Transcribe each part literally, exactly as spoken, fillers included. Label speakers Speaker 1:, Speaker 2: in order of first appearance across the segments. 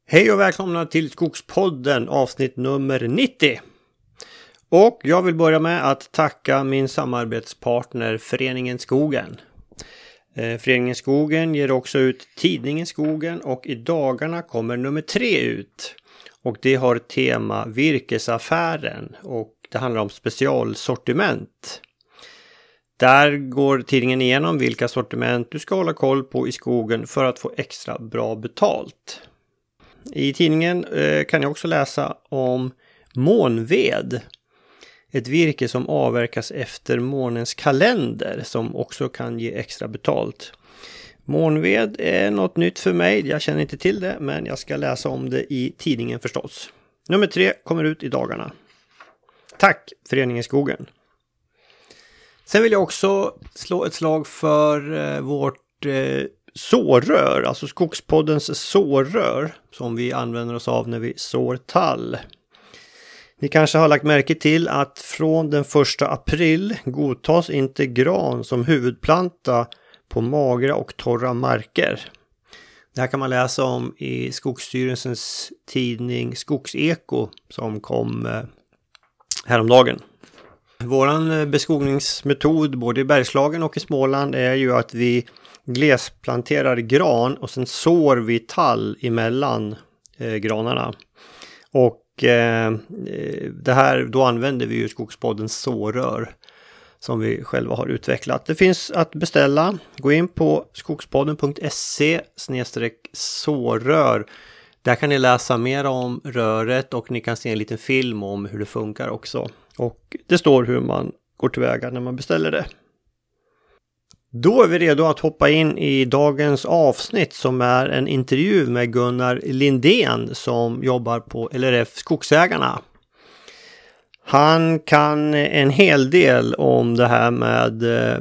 Speaker 1: Hej och välkomna till Skogspodden avsnitt nummer nittio. Och jag vill börja med att tacka min samarbetspartner Föreningen Skogen. Föreningen Skogen ger också ut tidningen Skogen och i dagarna kommer nummer tre ut. Och det har tema Virkesaffären och det handlar om specialsortiment. Där går tidningen igenom vilka sortiment du ska hålla koll på i skogen för att få extra bra betalt. I tidningen eh, kan jag också läsa om månved. Ett virke som avverkas efter månens kalender som också kan ge extra betalt. Månved är något nytt för mig, jag känner inte till det men jag ska läsa om det i tidningen förstås. Nummer tre kommer ut i dagarna. Tack Föreningen Skogen. Sen vill jag också slå ett slag för eh, vårt eh, sårrör, alltså Skogspoddens sårrör som vi använder oss av när vi sår tall. Ni kanske har lagt märke till att från den första april godtas inte gran som huvudplanta på magra och torra marker. Det här kan man läsa om i Skogsstyrelsens tidning Skogseko som kom eh, häromdagen. Våran beskogningsmetod både i Bergslagen och i Småland är ju att vi glesplanterar gran och sen sår vi tall emellan eh, granarna. Och eh, det här, då använder vi ju Skogspoddens sårrör som vi själva har utvecklat. Det finns att beställa. Gå in på skogspodden punkt se slash sårrör. Där kan ni läsa mer om röret och ni kan se en liten film om hur det funkar också. Och det står hur man går tillväga när man beställer det. Då är vi redo att hoppa in i dagens avsnitt som är en intervju med Gunnar Lindén som jobbar på L R F Skogsägarna. Han kan en hel del om det här med eh,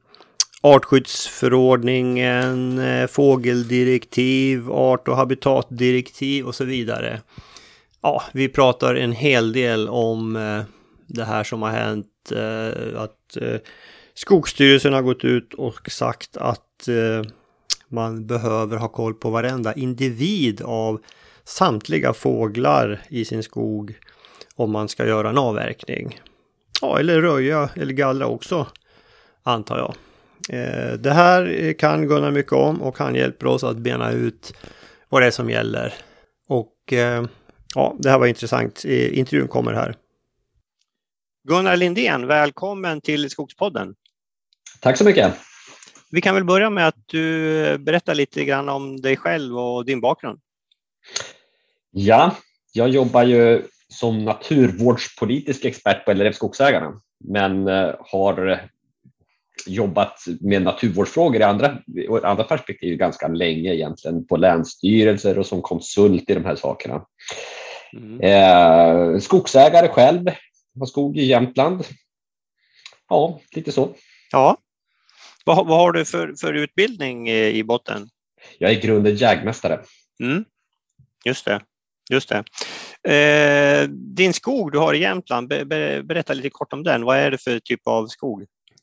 Speaker 1: artskyddsförordningen, eh, fågeldirektiv, art- och habitatdirektiv och så vidare. Ja, vi pratar en hel del om eh, det här som har hänt, eh, att eh, Skogsstyrelsen har gått ut och sagt att eh, man behöver ha koll på varenda individ av samtliga fåglar i sin skog om man ska göra en avverkning. Ja, eller röja eller gallra också, antar jag. Eh, det här kan Gunnar mycket om och han hjälper oss att bena ut vad det är som gäller. Och eh, ja, det här var intressant. Intervjun kommer här. Gunnar Lindén, välkommen till Skogspodden.
Speaker 2: Tack så mycket.
Speaker 1: Vi kan väl börja med att du berättar lite grann om dig själv och din bakgrund.
Speaker 2: Ja, jag jobbar ju som naturvårdspolitisk expert på L R F Skogsägarna, men har jobbat med naturvårdsfrågor i andra, andra perspektiv ganska länge egentligen på länsstyrelser och som konsult i de här sakerna. Mm. Eh, skogsägare själv, har skog i Jämtland. Ja, lite så.
Speaker 1: Ja. Vad, vad har du för, för utbildning i botten?
Speaker 2: Jag är i grunden jägmästare.
Speaker 1: Mm. Just det. Just det. Eh, din skog du har i Jämtland, be, be, berätta lite kort om den. Vad är det för typ av skog?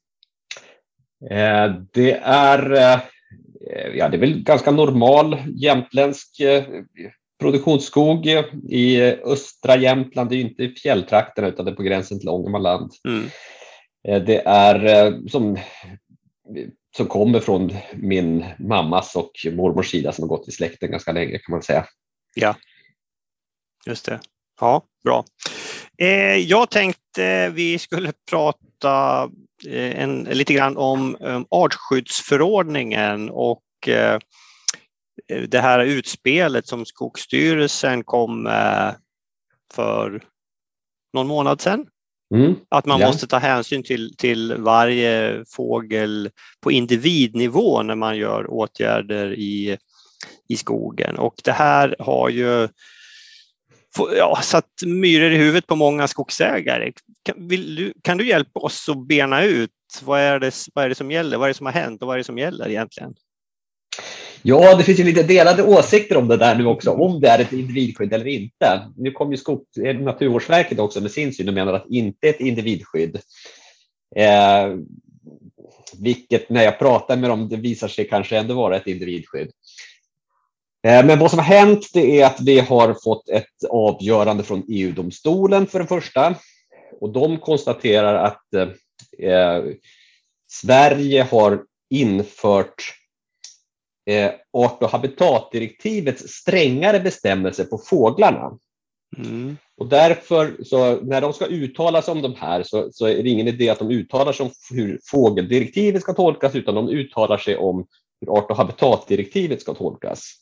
Speaker 2: Eh, det är eh, ja, det är väl ganska normal jämtländsk eh, produktionsskog i östra Jämtland. Det är ju inte i fjälltrakterna utan det är på gränsen till Ångermanland. Mm. Eh, det är eh, som som kommer från min mammas och mormors sida som har gått i släkten ganska länge kan man säga. Ja,
Speaker 1: just det. Ja, bra. Eh, jag tänkte vi skulle prata eh, en, lite grann om um, artskyddsförordningen och eh, det här utspelet som Skogsstyrelsen kom med för någon månad sedan. Mm, att man ja. måste ta hänsyn till, till varje fågel på individnivå när man gör åtgärder i, i skogen. Och det här har ju ja, satt myror i huvudet på många skogsägare. Kan, vill du, kan du hjälpa oss att bena ut vad är, det, vad är det som gäller? Vad är det som har hänt och vad är det som gäller egentligen?
Speaker 2: Ja, det finns ju lite delade åsikter om det där nu också, om det är ett individskydd eller inte. Nu kom ju Skog, Naturvårdsverket också med sin syn och menar att inte ett individskydd. Eh, vilket när jag pratar med dem, det visar sig kanske ändå vara ett individskydd. Men vad som har hänt, det är att vi har fått ett avgörande från E U-domstolen för det första. Och de konstaterar att eh, Sverige har infört eh, art- och habitatdirektivets strängare bestämmelser på fåglarna. Mm. Och därför, så när de ska uttala sig om de här, så, så är det ingen idé att de uttalar sig om hur fågeldirektivet ska tolkas, utan de uttalar sig om hur art- och habitatdirektivet ska tolkas.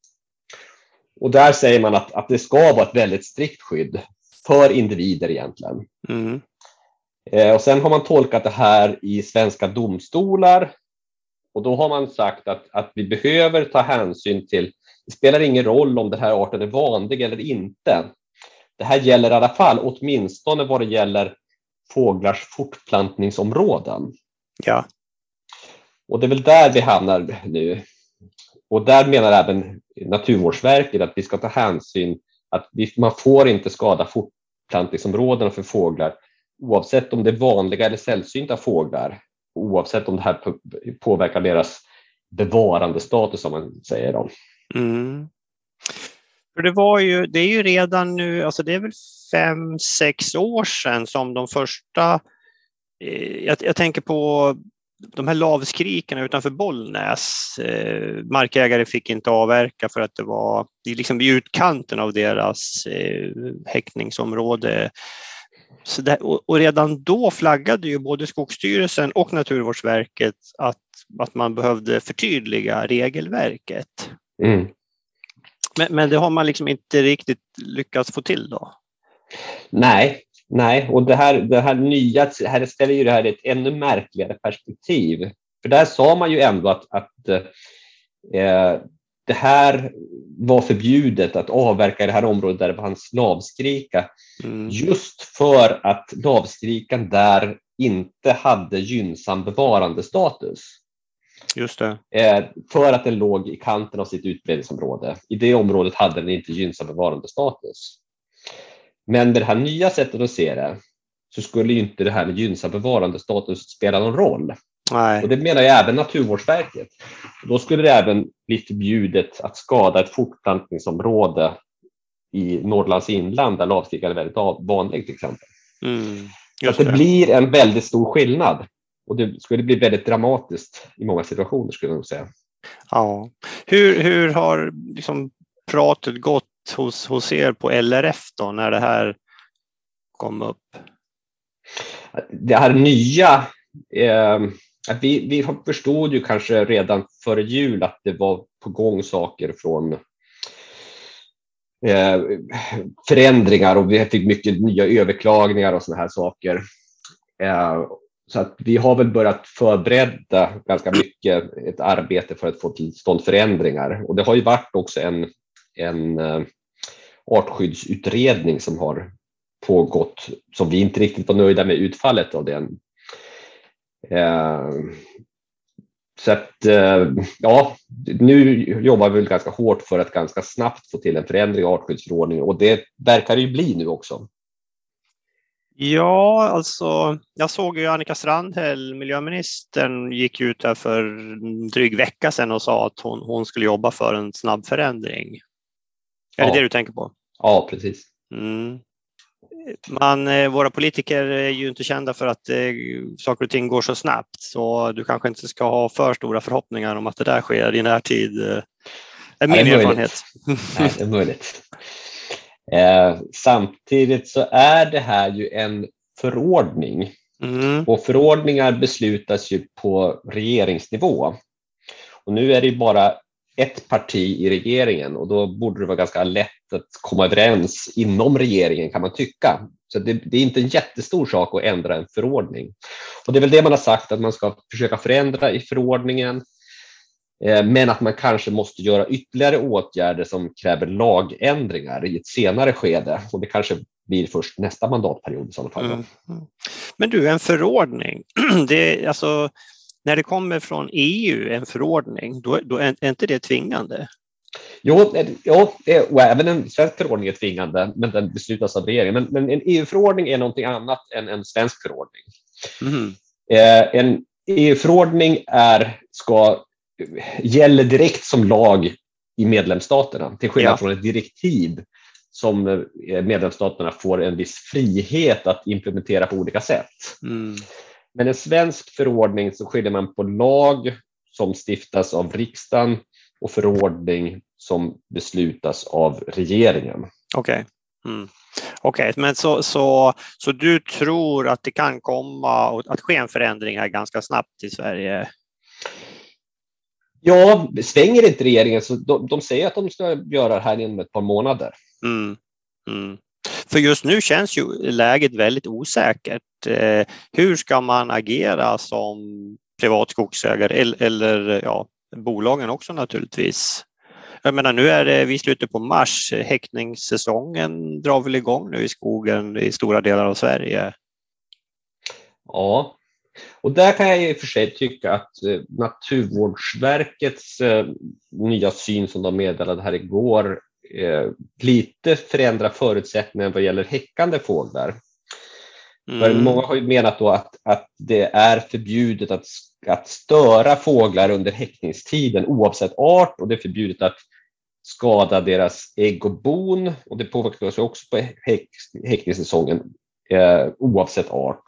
Speaker 2: Och där säger man att, att det ska vara ett väldigt strikt skydd för individer egentligen. Mm. Eh, och sen har man tolkat det här i svenska domstolar. Och då har man sagt att, att vi behöver ta hänsyn till, det spelar ingen roll om den här arten är vanlig eller inte. Det här gäller i alla fall, åtminstone vad det gäller fåglars fortplantningsområden.
Speaker 1: Ja.
Speaker 2: Och det är väl där vi hamnar nu. Och där menar även Naturvårdsverket att vi ska ta hänsyn att vi, man får inte skada fortplantningsområdena för fåglar oavsett om det är vanliga eller sällsynta fåglar, oavsett om det här påverkar deras bevarandestatus, som man säger då. Mm.
Speaker 1: För det var ju, det är ju redan nu, alltså det är väl fem, sex år sedan som de första, eh, jag, jag tänker på de här lavskrikarna utanför Bollnäs. Eh, markägare fick inte avverka för att det var det liksom vid utkanten av deras eh, häckningsområde. Så där, och, och redan då flaggade ju både Skogsstyrelsen och Naturvårdsverket att, att man behövde förtydliga regelverket. Mm. Men, men det har man liksom inte riktigt lyckats få till då?
Speaker 2: Nej, nej. Och det här, det här nya, här ställer ju det här i ett ännu märkligare perspektiv. För där sa man ju ändå att, att eh, det här var förbjudet att avverka i det här området där det fanns lavskrika. Mm. Just för att lavskrikan där inte hade gynnsam bevarandestatus.
Speaker 1: Just det.
Speaker 2: Eh, för att den låg i kanten av sitt utbredningsområde. I det området hade den inte gynnsam bevarandestatus. Men med det här nya sättet att se det så skulle ju inte det här med gynnsam bevarandestatus spela någon roll.
Speaker 1: Nej.
Speaker 2: Och det menar ju även Naturvårdsverket. Då skulle det även bli förbjudet att skada ett fortplantningsområde i Norrlands inland där lavskrikan är väldigt vanlig till exempel. Mm, så att det, det blir en väldigt stor skillnad. Och det skulle bli väldigt dramatiskt i många situationer, skulle jag nog säga.
Speaker 1: Ja. Hur, hur har liksom pratet gått hos, hos er på L R F då när det här kom upp?
Speaker 2: Det här nya, eh, vi, vi förstod ju kanske redan före jul att det var på gång saker från eh, förändringar, och vi fick mycket nya överklagningar och såna här saker. Eh, Så att vi har väl börjat förbereda ganska mycket ett arbete för att få till stånd förändringar. Och det har ju varit också en, en uh, artskyddsutredning som har pågått, som vi inte riktigt var nöjda med utfallet av den. Uh, så att uh, ja, nu jobbar vi väl ganska hårt för att ganska snabbt få till en förändring av artskyddsförordningen, och det verkar ju bli nu också.
Speaker 1: Ja, alltså jag såg ju Annika Strandhäll, miljöministern, gick ut här för en dryg vecka sedan och sa att hon, hon skulle jobba för en snabb förändring. Är ja. det det du tänker på?
Speaker 2: Ja, precis.
Speaker 1: Mm. Man, våra politiker är ju inte kända för att eh, saker och ting går så snabbt, så du kanske inte ska ha för stora förhoppningar om att det där sker i närtid. Eh, är min
Speaker 2: ja,
Speaker 1: erfarenhet.
Speaker 2: Nej, det är möjligt. Eh, samtidigt så är det här ju en förordning. Mm. Och förordningar beslutas ju på regeringsnivå. Och nu är det ju bara ett parti i regeringen, och då borde det vara ganska lätt att komma överens inom regeringen, kan man tycka. Så det, det är inte en jättestor sak att ändra en förordning. Och det är väl det man har sagt, att man ska försöka förändra i förordningen. Men att man kanske måste göra ytterligare åtgärder som kräver lagändringar i ett senare skede. Och det kanske blir först nästa mandatperiod i sådana fall. Mm.
Speaker 1: Men du, en förordning, det är alltså, när det kommer från E U, en förordning, då, då är inte det tvingande?
Speaker 2: Jo, ja, och även en svensk förordning är tvingande, men den beslutas av regeringen. Men, men en E U-förordning är någonting annat än en svensk förordning. Mm. Eh, en E U-förordning är, ska, gäller direkt som lag i medlemsstaterna, till skillnad
Speaker 1: Ja.
Speaker 2: från ett direktiv som medlemsstaterna får en viss frihet att implementera på olika sätt.
Speaker 1: Mm.
Speaker 2: Men en svensk förordning så skiljer man på lag som stiftas av riksdagen och förordning som beslutas av regeringen.
Speaker 1: Okej. Okay. Mm. Okej, okay. Men så, så, så du tror att det kan komma och att ske en förändring här ganska snabbt i Sverige?
Speaker 2: Ja, svänger inte regeringen så de, de säger att de ska göra det här inom ett par månader.
Speaker 1: Mm. Mm. För just nu känns ju läget väldigt osäkert. Eh, hur ska man agera som privat skogsägare eller, eller ja, bolagen också naturligtvis? Jag menar, nu är det vi slutar på mars. Häckningssäsongen drar väl igång nu i skogen i stora delar av Sverige.
Speaker 2: Ja, och där kan jag i och för sig tycka att eh, Naturvårdsverkets eh, nya syn som de meddelade här igår eh, lite förändrar förutsättningarna vad gäller häckande fåglar. Mm. För många har ju menat då att, att det är förbjudet att, att störa fåglar under häckningstiden oavsett art, och det är förbjudet att skada deras ägg och bon, och det påverkar sig också på häck, häckningssäsongen eh, oavsett art.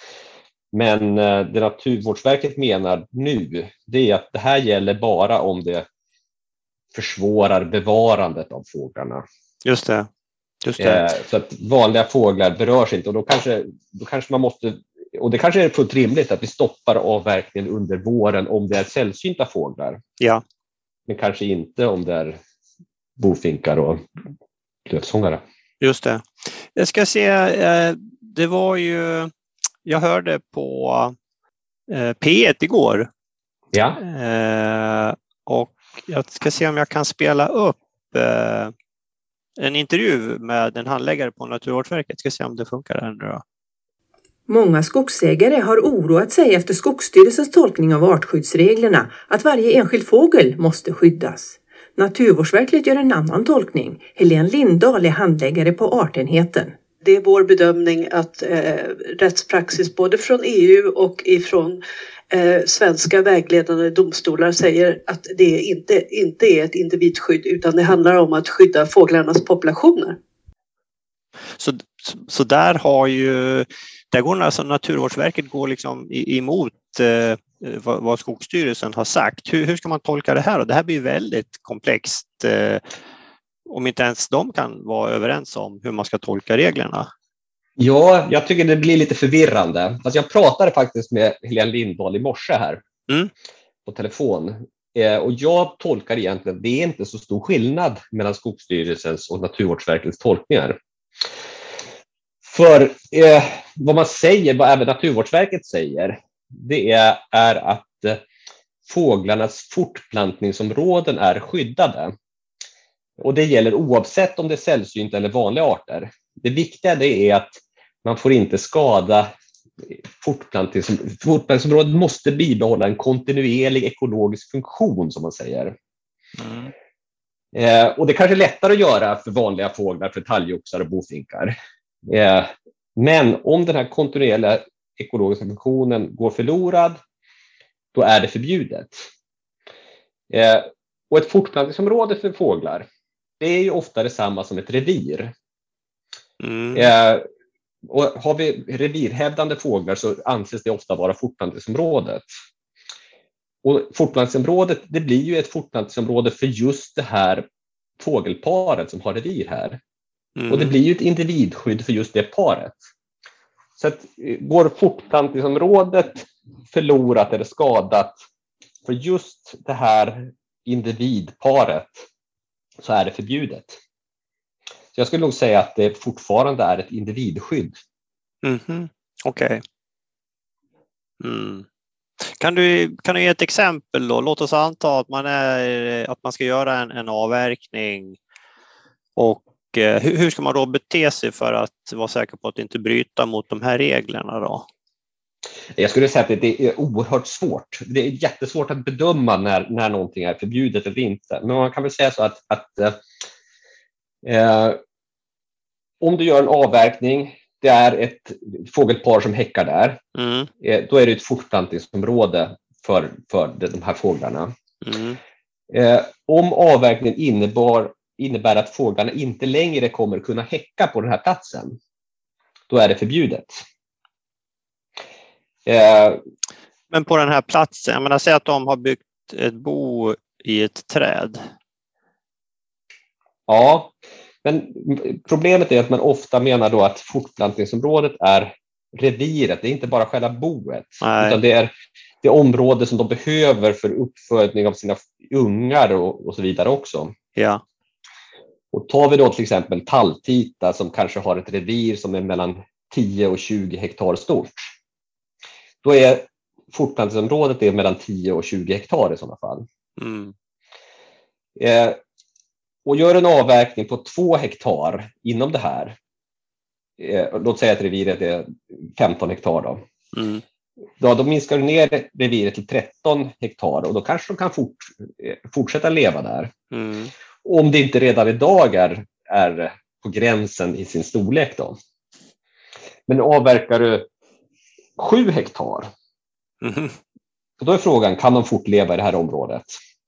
Speaker 2: Men eh, det Naturvårdsverket menar nu, det är att det här gäller bara om det försvårar bevarandet av fåglarna.
Speaker 1: Just det. Just det.
Speaker 2: Eh, så att vanliga fåglar berörs inte, och då kanske, då kanske man måste, och det kanske är fullt rimligt att vi stoppar avverkningen under våren om det är sällsynta fåglar.
Speaker 1: Ja.
Speaker 2: Men kanske inte om det är bofinkar och lövsångare.
Speaker 1: Just det. Jag ska se, eh, det var ju, jag hörde på eh, P ett igår.
Speaker 2: Ja.
Speaker 1: Eh, och jag ska se om jag kan spela upp eh, en intervju med en handläggare på Naturvårdsverket. Ska se om det funkar här nu då.
Speaker 3: Många skogsägare har oroat sig efter Skogsstyrelsens tolkning av artskyddsreglerna att varje enskild fågel måste skyddas. Naturvårdsverket gör en annan tolkning. Helene Lindahl är handläggare på artenheten.
Speaker 4: Det är vår bedömning att eh, rättspraxis både från E U och ifrån eh, svenska vägledande domstolar säger att det inte, inte är ett individskydd, utan det handlar om att skydda fåglarnas populationer.
Speaker 1: Så, så där har ju, där går alltså Naturvårdsverket går liksom emot eh, vad, vad Skogsstyrelsen har sagt. Hur, hur ska man tolka det här? Och det här blir väldigt komplext. Eh, om inte ens de kan vara överens om hur man ska tolka reglerna.
Speaker 2: Ja, jag tycker det blir lite förvirrande. Alltså jag pratade faktiskt med Helene Lindahl i morse här mm. på telefon. Eh, och jag tolkar egentligen, det är inte så stor skillnad mellan Skogsstyrelsens och Naturvårdsverkets tolkningar. För eh, vad man säger, vad även Naturvårdsverket säger, det är, är att eh, fåglarnas fortplantningsområden är skyddade. Och det gäller oavsett om det är sällsynta eller vanliga arter. Det viktiga det är att man får inte skada fortplantningsområdet. Fortplantningsområdet måste bibehålla en kontinuerlig ekologisk funktion, som man säger. Mm. Eh, och det kanske är lättare att göra för vanliga fåglar, för talgoxar och bofinkar. Eh, men om den här kontinuerliga ekologiska funktionen går förlorad, då är det förbjudet. Eh, och ett fortplantningsområde för fåglar, det är ju ofta detsamma som ett revir. Mm. Eh, och har vi revirhävdande fåglar så anses det ofta vara fortplantningsområdet. Och fortplantningsområdet, det blir ju ett fortplantningsområde för just det här fågelparet som har revir här. Mm. Och det blir ju ett individskydd för just det paret. Så att går fortplantningsområdet förlorat eller skadat för just det här individparet, så är det förbjudet. Så jag skulle nog säga att det fortfarande är ett individskydd.
Speaker 1: Mm-hmm. Okej. Okay. Mm. Kan du, kan du ge ett exempel då? Låt oss anta att man, är, att man ska göra en, en avverkning. Och eh, hur, hur ska man då bete sig för att vara säker på att inte bryta mot de här reglerna då?
Speaker 2: Jag skulle säga att det är oerhört svårt. Det är jättesvårt att bedöma när, när någonting är förbjudet eller inte. Men man kan väl säga så att, att eh, om du gör en avverkning, det är ett fågelpar som häckar där. Mm. Eh, då är det ett fortplantningsområde för, för de här fåglarna. Mm. Eh, om avverkningen innebar, innebär att fåglarna inte längre kommer kunna häcka på den här platsen, då är det förbjudet. Eh,
Speaker 1: Men på den här platsen, jag menar, säg att de har byggt ett bo i ett träd.
Speaker 2: Ja, men problemet är att man ofta menar då att fortplantningsområdet är reviret. Det är inte bara själva boet,
Speaker 1: Nej.
Speaker 2: utan det är det område som de behöver för uppfödning av sina ungar och, och så vidare också.
Speaker 1: Ja.
Speaker 2: Och tar vi då till exempel talltita som kanske har ett revir som är mellan tio och tjugo hektar stort. Då är fortplantningsområdet är mellan tio och tjugo hektar i sådana fall.
Speaker 1: Mm.
Speaker 2: Eh, och gör en avverkning på två hektar inom det här. Eh, låt säga att reviret är femton hektar då.
Speaker 1: Mm.
Speaker 2: Då, då minskar du ner reviret till tretton hektar och då kanske de kan fort, eh, fortsätta leva där.
Speaker 1: Mm.
Speaker 2: Om det inte redan idag är, är på gränsen i sin storlek då. Men avverkar du sju hektar,
Speaker 1: Mm.
Speaker 2: och då är frågan, kan de fortleva i det här området?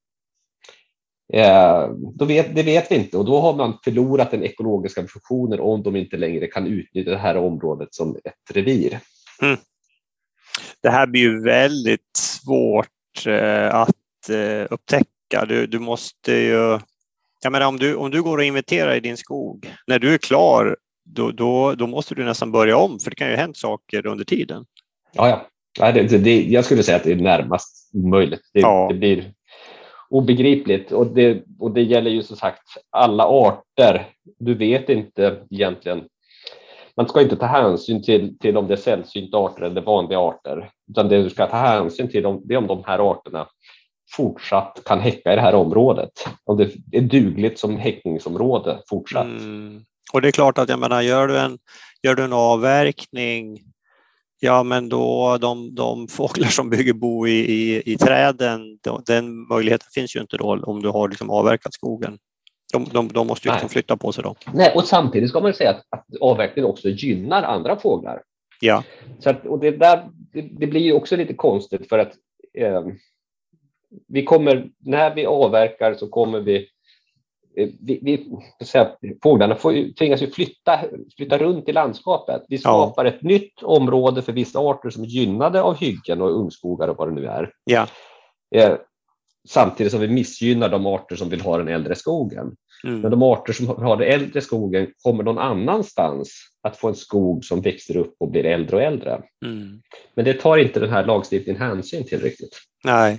Speaker 2: Eh, då vet, det vet vi inte, och då har man förlorat den ekologiska funktionen om de inte längre kan utnyttja det här området som ett revir.
Speaker 1: Mm. Det här blir ju väldigt svårt eh, att eh, upptäcka. Du, du måste ju, jag menar, om du, om du går och inventerar i din skog, när du är klar, då, då, då måste du nästan börja om, för det kan ju hända saker under tiden.
Speaker 2: Ja, ja. Ja, det, det, jag skulle säga att det är närmast omöjligt. Det,
Speaker 1: Ja.
Speaker 2: det blir obegripligt, och det, och det gäller ju som sagt alla arter. Du vet inte egentligen, man ska inte ta hänsyn till, till om det är sällsynta arter eller vanliga arter, utan det du ska ta hänsyn till om, det är om de här arterna fortsatt kan häcka i det här området, om det är dugligt som häckningsområde fortsatt.
Speaker 1: Mm. Och det är klart att, jag menar, gör du en, gör du en avverkning, ja, men då de, de fåglar som bygger bo i, i, i träden, då, den möjligheten finns ju inte då om du har liksom avverkat skogen. De, de, de måste ju liksom flytta på sig då.
Speaker 2: Nej, och samtidigt ska man säga att, att avverkningen också gynnar andra fåglar.
Speaker 1: Ja.
Speaker 2: Så att, och det, där, det, det blir ju också lite konstigt, för att eh, vi kommer, när vi avverkar så kommer vi, eh, vi, vi säga, fåglarna får ju, tvingas ju flytta, flytta runt i landskapet. Vi skapar ja. ett nytt område för vissa arter som är gynnade av hyggen och ungskogar och vad det nu är.
Speaker 1: Ja.
Speaker 2: Eh, samtidigt som vi missgynnar de arter som vill ha den äldre skogen. Mm. Men de arter som har den äldre skogen kommer någon annanstans att få en skog som växer upp och blir äldre och äldre. Mm. Men det tar inte den här lagstiftningen hänsyn till riktigt.
Speaker 1: Nej.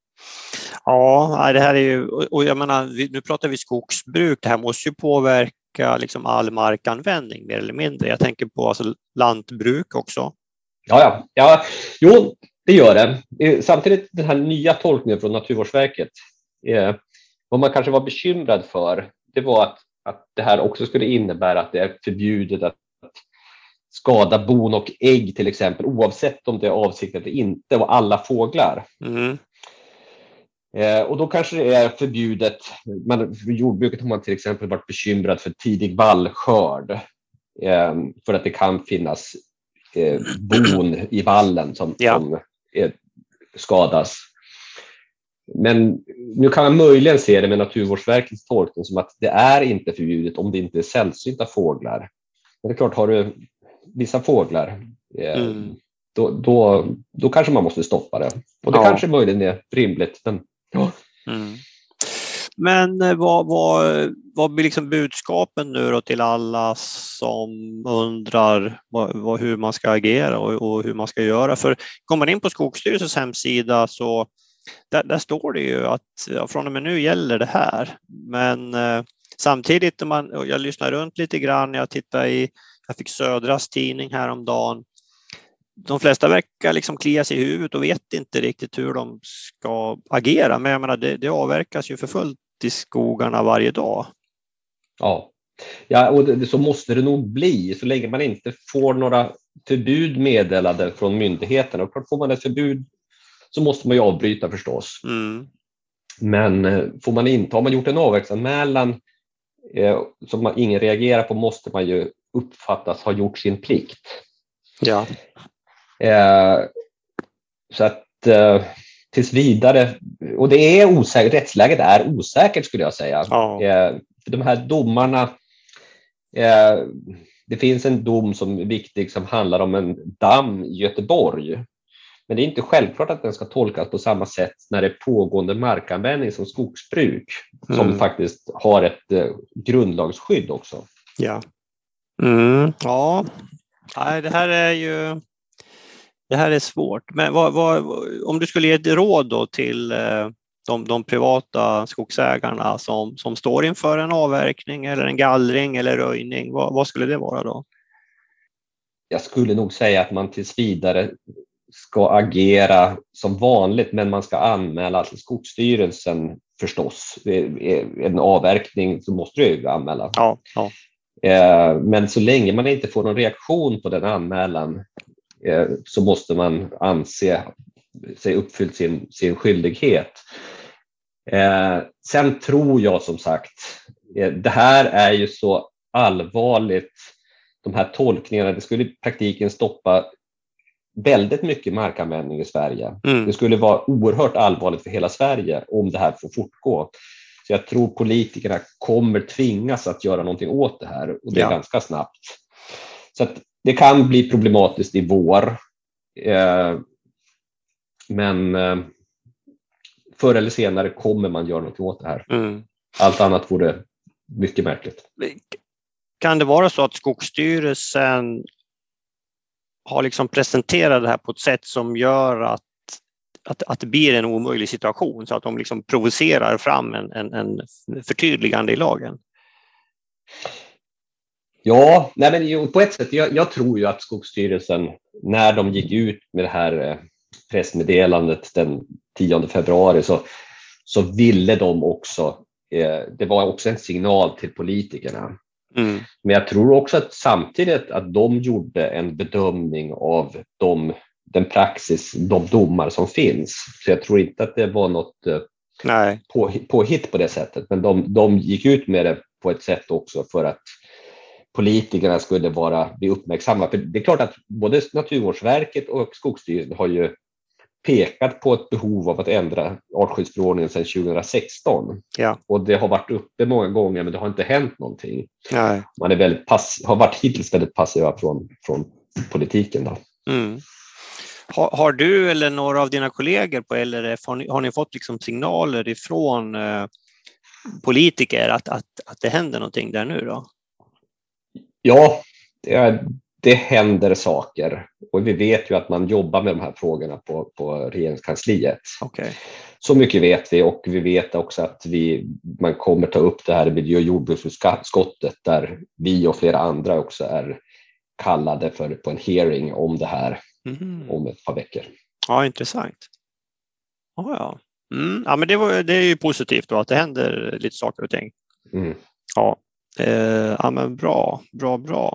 Speaker 1: Ja, det här är ju, och jag menar, nu pratar vi skogsbruk, det här måste ju påverka liksom all markanvändning mer eller mindre. Jag tänker på alltså lantbruk också.
Speaker 2: Ja, ja, ja, jo, det gör det. Samtidigt den här nya tolkningen från Naturvårdsverket, eh, vad man kanske var bekymrad för, det var att, att det här också skulle innebära att det är förbjudet att skada bon och ägg till exempel, oavsett om det är avsiktligt eller inte, och alla fåglar. Mm. Eh, och då kanske det är förbjudet, man, för jordbruket har man till exempel varit bekymrad för tidig vallskörd, eh, för att det kan finnas eh, bon i vallen som, ja. som eh, skadas. Men nu kan man möjligen se det med Naturvårdsverkets tolkning som att det är inte förbjudet om det inte är sällsynta fåglar. Men det är klart, har du vissa fåglar, eh, mm. då, då, då kanske man måste stoppa det. Och det ja. kanske möjligen är rimligt. Men, ja.
Speaker 1: mm. men vad, vad, vad blir liksom budskapen nu då till alla som undrar vad, vad, hur man ska agera och, och hur man ska göra? För kommer man in på Skogsstyrelsens hemsida så Där, där står det ju att ja, från och med nu gäller det här. Men eh, samtidigt, när man, jag lyssnar runt lite grann, jag tittar i, jag fick Södras tidning häromdagen. De flesta verkar liksom klia sig i huvudet och vet inte riktigt hur de ska agera. Men jag menar, det, det avverkas ju för fullt i skogarna varje dag.
Speaker 2: Ja, ja, och det, så måste det nog bli. Så länge man inte får några förbud meddelade från myndigheterna. Och får man ett förbud så måste man ju avbryta förstås. Mm. Men får man inte, har man gjort en avverkningsanmälan eh, som man, ingen reagerar på, måste man ju uppfattas ha gjort sin plikt.
Speaker 1: Ja.
Speaker 2: Eh, så att eh, tills vidare, och det är osäkert, rättsläget är osäkert skulle jag säga.
Speaker 1: Ja.
Speaker 2: Eh, för de här domarna, eh, det finns en dom som är viktig som handlar om en damm i Göteborg. Men det är inte självklart att den ska tolkas på samma sätt när det är pågående markanvändning som skogsbruk, mm. som faktiskt har ett eh, grundlagsskydd också.
Speaker 1: Ja. Mm. Ja. Nej, det här är ju det här är svårt. Men vad, vad, om du skulle ge ett råd då till eh, de, de privata skogsägarna som, som står inför en avverkning eller en gallring eller röjning, vad, vad skulle det vara då?
Speaker 2: Jag skulle nog säga att man tills vidare ska agera som vanligt, men man ska anmäla till Skogsstyrelsen förstås. En avverkning så måste du ju anmäla.
Speaker 1: Ja, ja.
Speaker 2: Men så länge man inte får någon reaktion på den anmälan så måste man anse sig uppfyllt sin, sin skyldighet. Sen tror jag som sagt, det här är ju så allvarligt, de här tolkningarna, det skulle i praktiken stoppa väldigt mycket markanvändning i Sverige. Mm. Det skulle vara oerhört allvarligt för hela Sverige om det här får fortgå. Så jag tror politikerna kommer tvingas att göra någonting åt det här, och det är ja. ganska snabbt. Så att det kan bli problematiskt i vår. Eh, men eh, förr eller senare kommer man göra någonting åt det här. Mm. Allt annat vore mycket märkligt.
Speaker 1: Kan det vara så att Skogsstyrelsen har liksom presenterat det här på ett sätt som gör att, att, att det blir en omöjlig situation, så att de liksom provocerar fram en, en, en förtydligande i lagen?
Speaker 2: Ja, nej men ju, på ett sätt, jag, jag tror ju att Skogsstyrelsen, när de gick ut med det här pressmeddelandet den tionde februari, så, så ville de också, eh, det var också en signal till politikerna. Mm. Men jag tror också att samtidigt att de gjorde en bedömning av de, den praxis, de domar som finns. Så jag tror inte att det var något Nej. På, påhitt på det sättet. Men de, de gick ut med det på ett sätt också för att politikerna skulle vara, bli uppmärksamma. För det är klart att både Naturvårdsverket och Skogsstyrelsen har ju pekat på ett behov av att ändra artskyddsförordningen sedan tjugohundrasexton. Ja. Och det har varit uppe många gånger, men det har inte hänt någonting. Nej. Man är väldigt pass- har varit hittills väldigt passiva från, från politiken. Då.
Speaker 1: Mm. Har, har du eller några av dina kollegor på L R F, har ni, har ni fått liksom signaler ifrån eh, politiker att, att, att det händer någonting där nu då?
Speaker 2: Ja, det är Det händer saker, och vi vet ju att man jobbar med de här frågorna på, på regeringskansliet.
Speaker 1: Okay.
Speaker 2: Så mycket vet vi, och vi vet också att vi, man kommer ta upp det här i miljö- och jordbruksutskottet, där vi och flera andra också är kallade för, på en hearing om det här mm. om ett par veckor.
Speaker 1: Ja, intressant. Oh, ja, mm. ja, men det, var, det är ju positivt då, att det händer lite saker och ting. Mm. Ja. Eh, ja, men bra, bra, bra.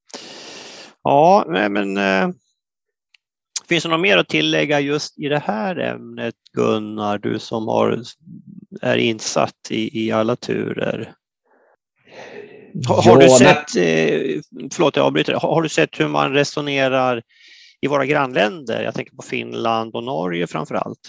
Speaker 1: Ja, men äh, finns det något mer att tillägga just i det här ämnet, Gunnar, du som har, är insatt i, i alla turer? Har, ja, har du sett, eh, förlåt jag avbryter, har, har du sett hur man resonerar i våra grannländer? Jag tänker på Finland och Norge framför allt.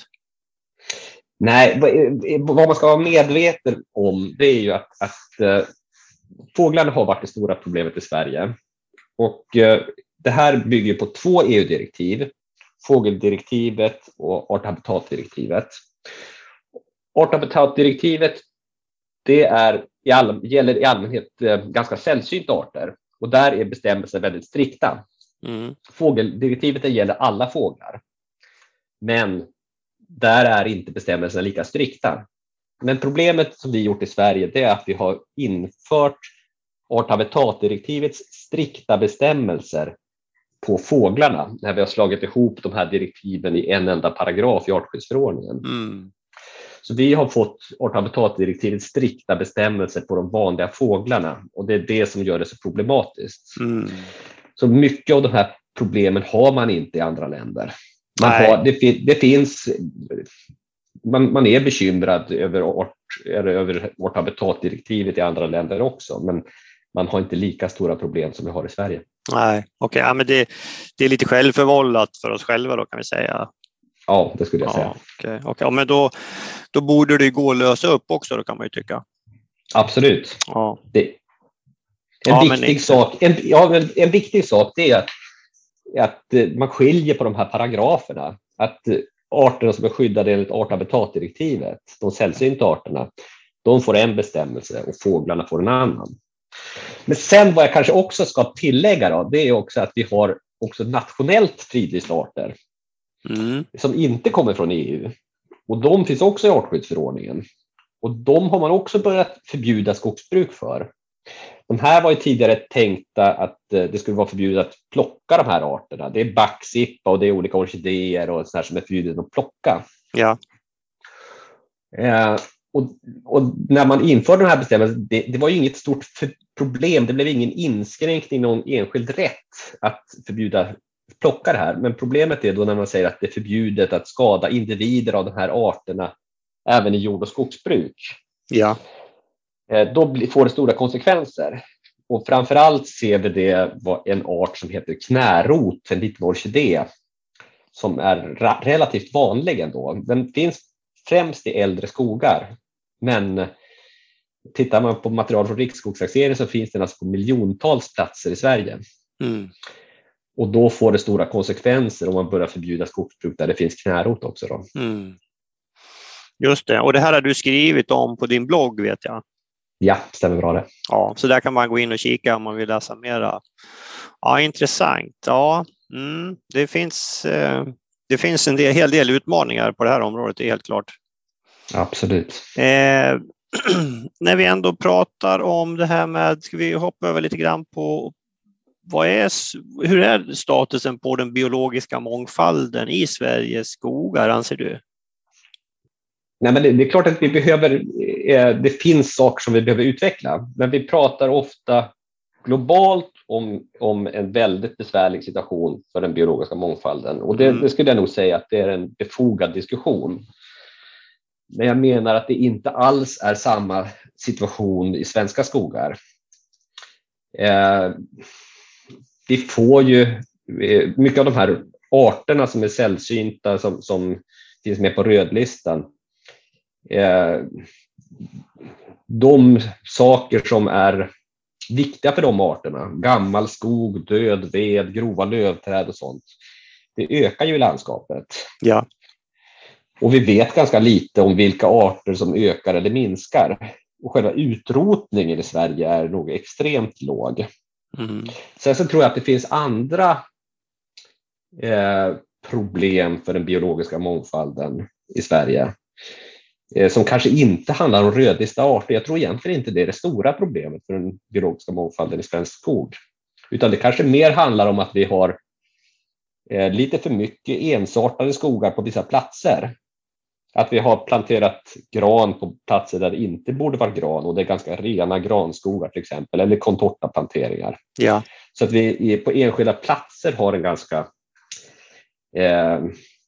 Speaker 2: Nej, vad man ska vara medveten om, det är ju att, att äh, fåglarna har varit det stora problemet i Sverige. Och eh, det här bygger på två E U-direktiv, fågeldirektivet och art- och habitatdirektivet. Art- och habitatdirektivet, det är i all, gäller i allmänhet eh, ganska sällsynta arter, och där är bestämmelser väldigt strikta. Mm. Fågeldirektivet gäller alla fåglar, men där är inte bestämmelserna lika strikta. Men problemet som vi gjort i Sverige, det är att vi har infört art- och habitatdirektivets strikta bestämmelser på fåglarna, när vi har slagit ihop de här direktiven i en enda paragraf i artskyddsförordningen. Mm. Så vi har fått art- och habitatdirektivets strikta bestämmelser på de vanliga fåglarna, och det är det som gör det så problematiskt. Mm. Så mycket av de här problemen har man inte i andra länder. Man, har, det, det finns, man, man är bekymrad över art, över art- och habitatdirektivet i andra länder också, men man har inte lika stora problem som vi har i Sverige.
Speaker 1: Nej, okej, okay, ja, men det, det är lite självförvållat för oss själva då, kan vi säga.
Speaker 2: Ja, det skulle jag säga.
Speaker 1: Ja, okej, okay. Okay. Men då, då borde det gå att lösa upp också, då kan man ju tycka.
Speaker 2: Absolut.
Speaker 1: Ja.
Speaker 2: Det, en,
Speaker 1: ja,
Speaker 2: viktig
Speaker 1: men
Speaker 2: sak, en, ja, en viktig sak det är att, att man skiljer på de här paragraferna. Att arterna som är skyddade enligt art- och habitatdirektivet, de sällsynta arterna, de får en bestämmelse och fåglarna får en annan. Men sen vad jag kanske också ska tillägga då, det är också att vi har också nationellt fridlysta arter mm. som inte kommer från E U. Och de finns också i artskyddsförordningen. Och de har man också börjat förbjuda skogsbruk för. De här var ju tidigare tänkta att det skulle vara förbjudet att plocka de här arterna. Det är backsippa och det är olika orkidéer och sådär som är förbjudet att plocka.
Speaker 1: Ja.
Speaker 2: Eh, och, och när man införde den här bestämmelsen, det, det var ju inget stort för, problem. Det blev ingen inskränkning i någon enskild rätt att förbjuda plocka det här. Men problemet är då när man säger att det är förbjudet att skada individer av de här arterna även i jord- och skogsbruk.
Speaker 1: Ja.
Speaker 2: Då får det stora konsekvenser. Och framförallt ser vi det var en art som heter knärot, en liten orkidé som är relativt vanlig ändå. Den finns främst i äldre skogar. Men tittar man på material från Riksskogstaxeringen så finns den alltså på miljontals platser i Sverige. Mm. Och då får det stora konsekvenser om man börjar förbjuda skogsbruk där det finns knärot också då. Mm.
Speaker 1: Just det, och det här har du skrivit om på din blogg vet jag.
Speaker 2: Ja, stämmer bra det.
Speaker 1: Ja, så där kan man gå in och kika om man vill läsa mera. Ja, intressant. Ja, mm, det finns eh, det finns en del, hel del utmaningar på det här området, det är helt klart.
Speaker 2: Absolut.
Speaker 1: Eh, när vi ändå pratar om det här med, ska vi hoppa över lite grann på vad är, hur är statusen på den biologiska mångfalden i Sveriges skogar, anser du?
Speaker 2: Nej, men det, det är klart att vi behöver, eh, det finns saker som vi behöver utveckla, men vi pratar ofta globalt om, om en väldigt besvärlig situation för den biologiska mångfalden. Och det, mm. det skulle jag nog säga att det är en befogad diskussion. Men jag menar att det inte alls är samma situation i svenska skogar. Eh, vi får ju mycket av de här arterna som är sällsynta som, som finns med på rödlistan. Eh, de saker som är viktiga för de arterna, gammal skog, död ved, grova lövträd och sånt, det ökar ju i landskapet.
Speaker 1: Ja.
Speaker 2: Och vi vet ganska lite om vilka arter som ökar eller minskar. Och själva utrotningen i Sverige är nog extremt låg. Mm. Sen så tror jag att det finns andra eh, problem för den biologiska mångfalden i Sverige. Eh, som kanske inte handlar om rödlistade arter. Jag tror egentligen inte det är det stora problemet för den biologiska mångfalden i svensk skog. Utan det kanske mer handlar om att vi har eh, lite för mycket ensartade skogar på vissa platser. Att vi har planterat gran på platser där det inte borde vara gran och det är ganska rena granskogar till exempel, eller contortaplanteringar.
Speaker 1: Ja.
Speaker 2: Så att vi på enskilda platser har en ganska eh,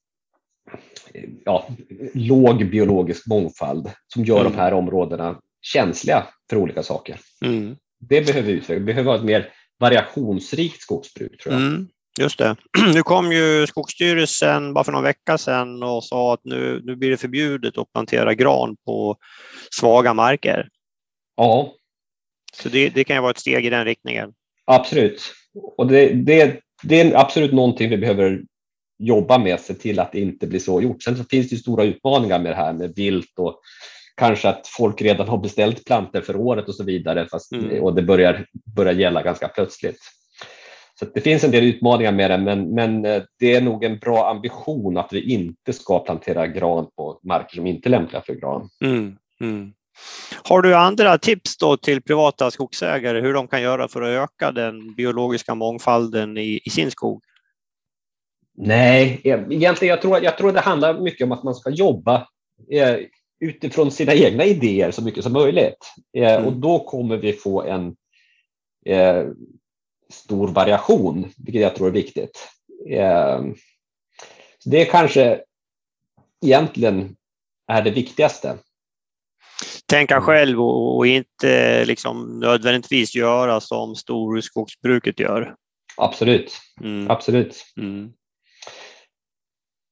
Speaker 2: ja, låg biologisk mångfald som gör mm. de här områdena känsliga för olika saker. Mm. Det behöver vi utveckla. Vi behöver ha ett mer variationsrikt skogsbruk, tror jag.
Speaker 1: Mm. Just det. Nu kom ju Skogsstyrelsen bara för någon vecka sedan och sa att nu, nu blir det förbjudet att plantera gran på svaga marker.
Speaker 2: Ja.
Speaker 1: Så det, det kan ju vara ett steg i den riktningen.
Speaker 2: Absolut. Och det, det, det är absolut någonting vi behöver jobba med, se till att det inte blir så gjort. Sen så finns det ju stora utmaningar med det här med vilt och kanske att folk redan har beställt plantor för året och så vidare, fast, mm. och det börjar, börjar gälla ganska plötsligt. Så det finns en del utmaningar med det, men, men det är nog en bra ambition att vi inte ska plantera gran på marker som inte är lämpliga för gran.
Speaker 1: Mm, mm. Har du andra tips då till privata skogsägare hur de kan göra för att öka den biologiska mångfalden i, i sin skog?
Speaker 2: Nej, egentligen jag tror, jag tror det handlar mycket om att man ska jobba eh, utifrån sina egna idéer så mycket som möjligt. Eh, mm. Och då kommer vi få en eh, stor variation, vilket jag tror är viktigt. Eh, så det kanske egentligen är det viktigaste.
Speaker 1: Tänka själv och, och inte liksom nödvändigtvis göra som storskogsbruket gör.
Speaker 2: Absolut, mm. absolut.
Speaker 1: Mm.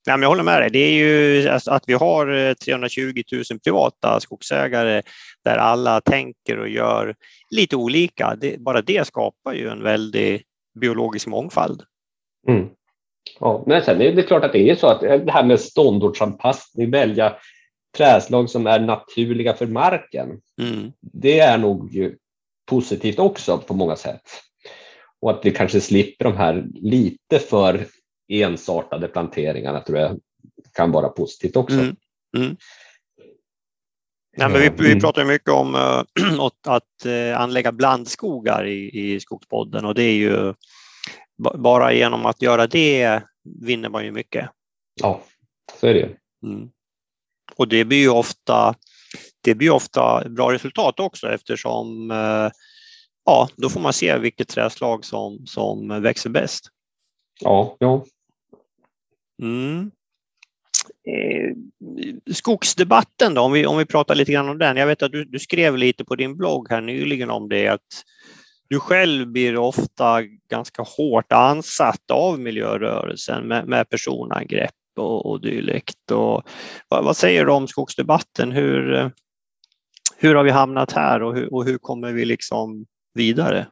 Speaker 1: Ja, men jag håller med dig. Det är ju alltså att vi har trehundratjugo tusen privata skogsägare där alla tänker och gör lite olika. Det, bara det skapar ju en väldig biologisk mångfald.
Speaker 2: Mm. Ja, men sen är det klart att det är så att det här med ståndortsanpassning, välja träslag som är naturliga för marken, mm. det är nog positivt också på många sätt. Och att vi kanske slipper de här lite för ensartade planteringarna tror jag kan vara positivt också. Mm. Mm.
Speaker 1: Ja, men vi, vi pratar mycket om uh, att, att uh, anlägga blandskogar i, i Skogspodden, och det är ju b- bara genom att göra det vinner man ju mycket.
Speaker 2: Ja, så är det.
Speaker 1: Mm. Och det blir ju ofta det blir ofta bra resultat också, eftersom uh, ja, då får man se vilket träslag som, som växer bäst.
Speaker 2: Ja, ja.
Speaker 1: Mm. Eh, skogsdebatten då, om vi, om vi pratar lite grann om den. Jag vet att du, du skrev lite på din blogg här nyligen om det, att du själv blir ofta ganska hårt ansatt av miljörörelsen med, med personangrepp och, och dylikt. Och, vad, vad säger du om skogsdebatten? Hur, hur har vi hamnat här och hur, och hur kommer vi liksom vidare?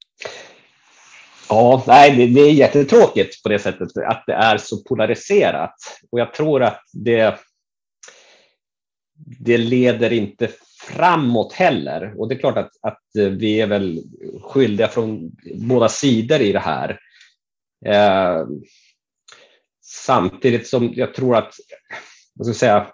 Speaker 2: Ja, nej, det, det är jättetråkigt på det sättet att det är så polariserat. Och jag tror att det, det leder inte framåt heller. Och det är klart att, att vi är väl skyldiga från båda sidor i det här. Eh, samtidigt som jag tror att, vad ska jag säga,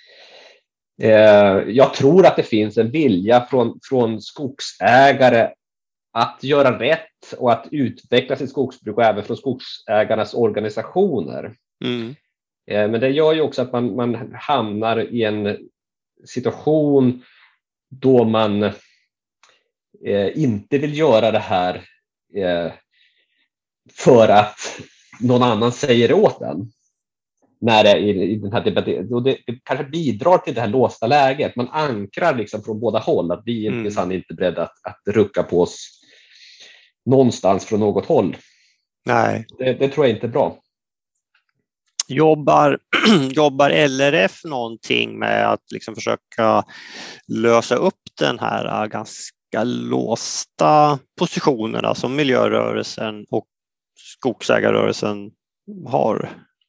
Speaker 2: eh, jag tror att det finns en vilja från, från skogsägare att göra rätt och att utveckla sitt skogsbruk, och även från skogsägarnas organisationer. Mm. Men det gör ju också att man, man hamnar i en situation då man eh, inte vill göra det här eh, för att någon annan säger åt den. När det är i, i den här debatten. Och det, det kanske bidrar till det här låsta läget. Man ankrar liksom från båda håll att vi mm. är inte beredda att, att rucka på oss någonstans från något håll.
Speaker 1: Nej.
Speaker 2: Det, det tror jag inte är bra.
Speaker 1: Jobbar, jobbar L R F någonting med att liksom försöka lösa upp den här ganska låsta positionerna som miljörörelsen och skogsägarrörelsen har?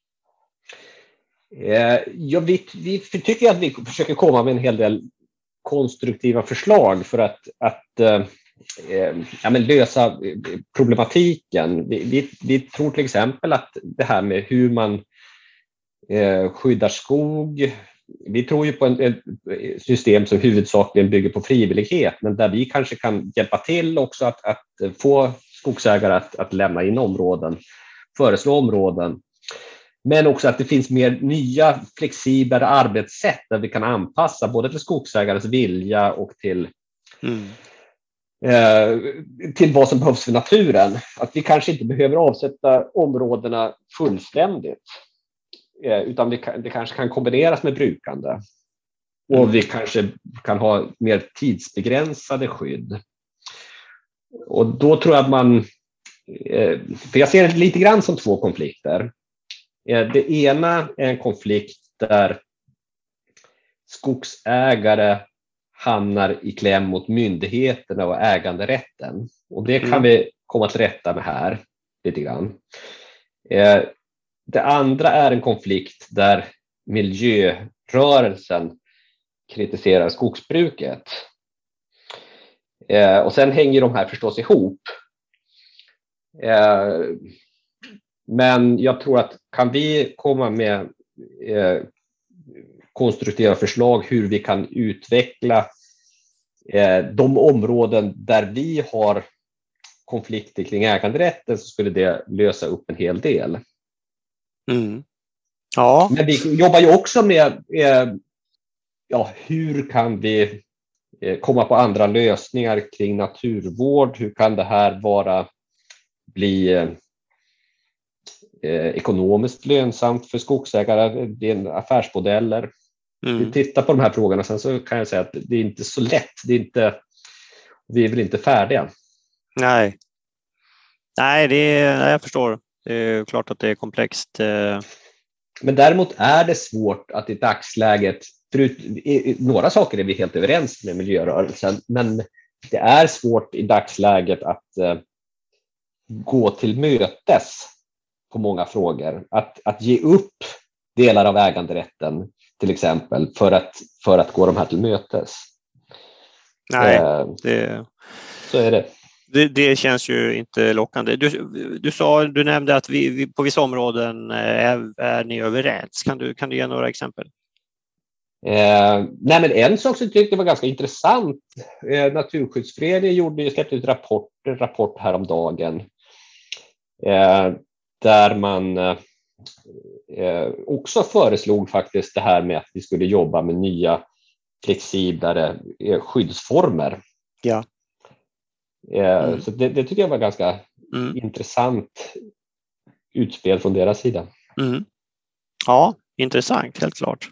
Speaker 2: Eh, ja, vi, vi tycker att vi försöker komma med en hel del konstruktiva förslag för att, att eh, ja, men lösa problematiken. Vi, vi, vi tror till exempel att det här med hur man eh, skyddar skog, vi tror ju på en, ett system som huvudsakligen bygger på frivillighet, men där vi kanske kan hjälpa till också att, att få skogsägare att, att lämna in områden, föreslå områden, men också att det finns mer nya flexiblare arbetssätt där vi kan anpassa både till skogsägares vilja och till mm. till vad som behövs för naturen. Att vi kanske inte behöver avsätta områdena fullständigt, utan vi kan, det kanske kan kombineras med brukande. Och mm. vi kanske kan ha mer tidsbegränsade skydd. Och då tror jag att man, för jag ser det lite grann som två konflikter. Det ena är en konflikt där skogsägare hamnar i kläm mot myndigheterna och äganderätten. Och det kan mm. vi komma till rätta med här lite grann. Eh, det andra är en konflikt där miljörörelsen kritiserar skogsbruket. Eh, och sen hänger de här förstås ihop. Eh, men jag tror att kan vi komma med eh, konstruktiva förslag hur vi kan utveckla eh, de områden där vi har konflikter kring äganderätten, så skulle det lösa upp en hel del.
Speaker 1: Mm. Ja.
Speaker 2: Men vi jobbar ju också med eh, ja, hur kan vi eh, komma på andra lösningar kring naturvård? Hur kan det här vara bli eh, ekonomiskt lönsamt för skogsägare? Det är affärsmodeller. Mm. Vi tittar på de här frågorna, sen så kan jag säga att det är inte så lätt. Det är inte, vi är väl inte färdiga.
Speaker 1: Nej, nej, det är, nej jag förstår. Det är klart att det är komplext.
Speaker 2: Men däremot är det svårt att i dagsläget, förut, i, några saker är vi helt överens med miljörörelsen, men det är svårt i dagsläget att eh, gå till mötes på många frågor. Att, att ge upp delar av äganderätten till exempel för att, för att gå de här till mötes.
Speaker 1: Nej,
Speaker 2: eh,
Speaker 1: det...
Speaker 2: så är det.
Speaker 1: Det, det känns ju inte lockande. Du, du, sa, du nämnde att vi, vi på vissa områden är, är ni överens. Kan du, kan du ge några exempel?
Speaker 2: Eh, nej men en sak som jag tyckte var ganska intressant. Eh, Naturskyddsföreningen gjorde, släppte ut rapport, en rapport häromdagen. Eh, där man eh, också föreslog faktiskt det här med att vi skulle jobba med nya flexiblare eh, skyddsformer. Ja. Mm. Så det, det tycker jag var ganska mm. intressant utspel från deras sida.
Speaker 1: Mm. Ja, intressant, helt klart.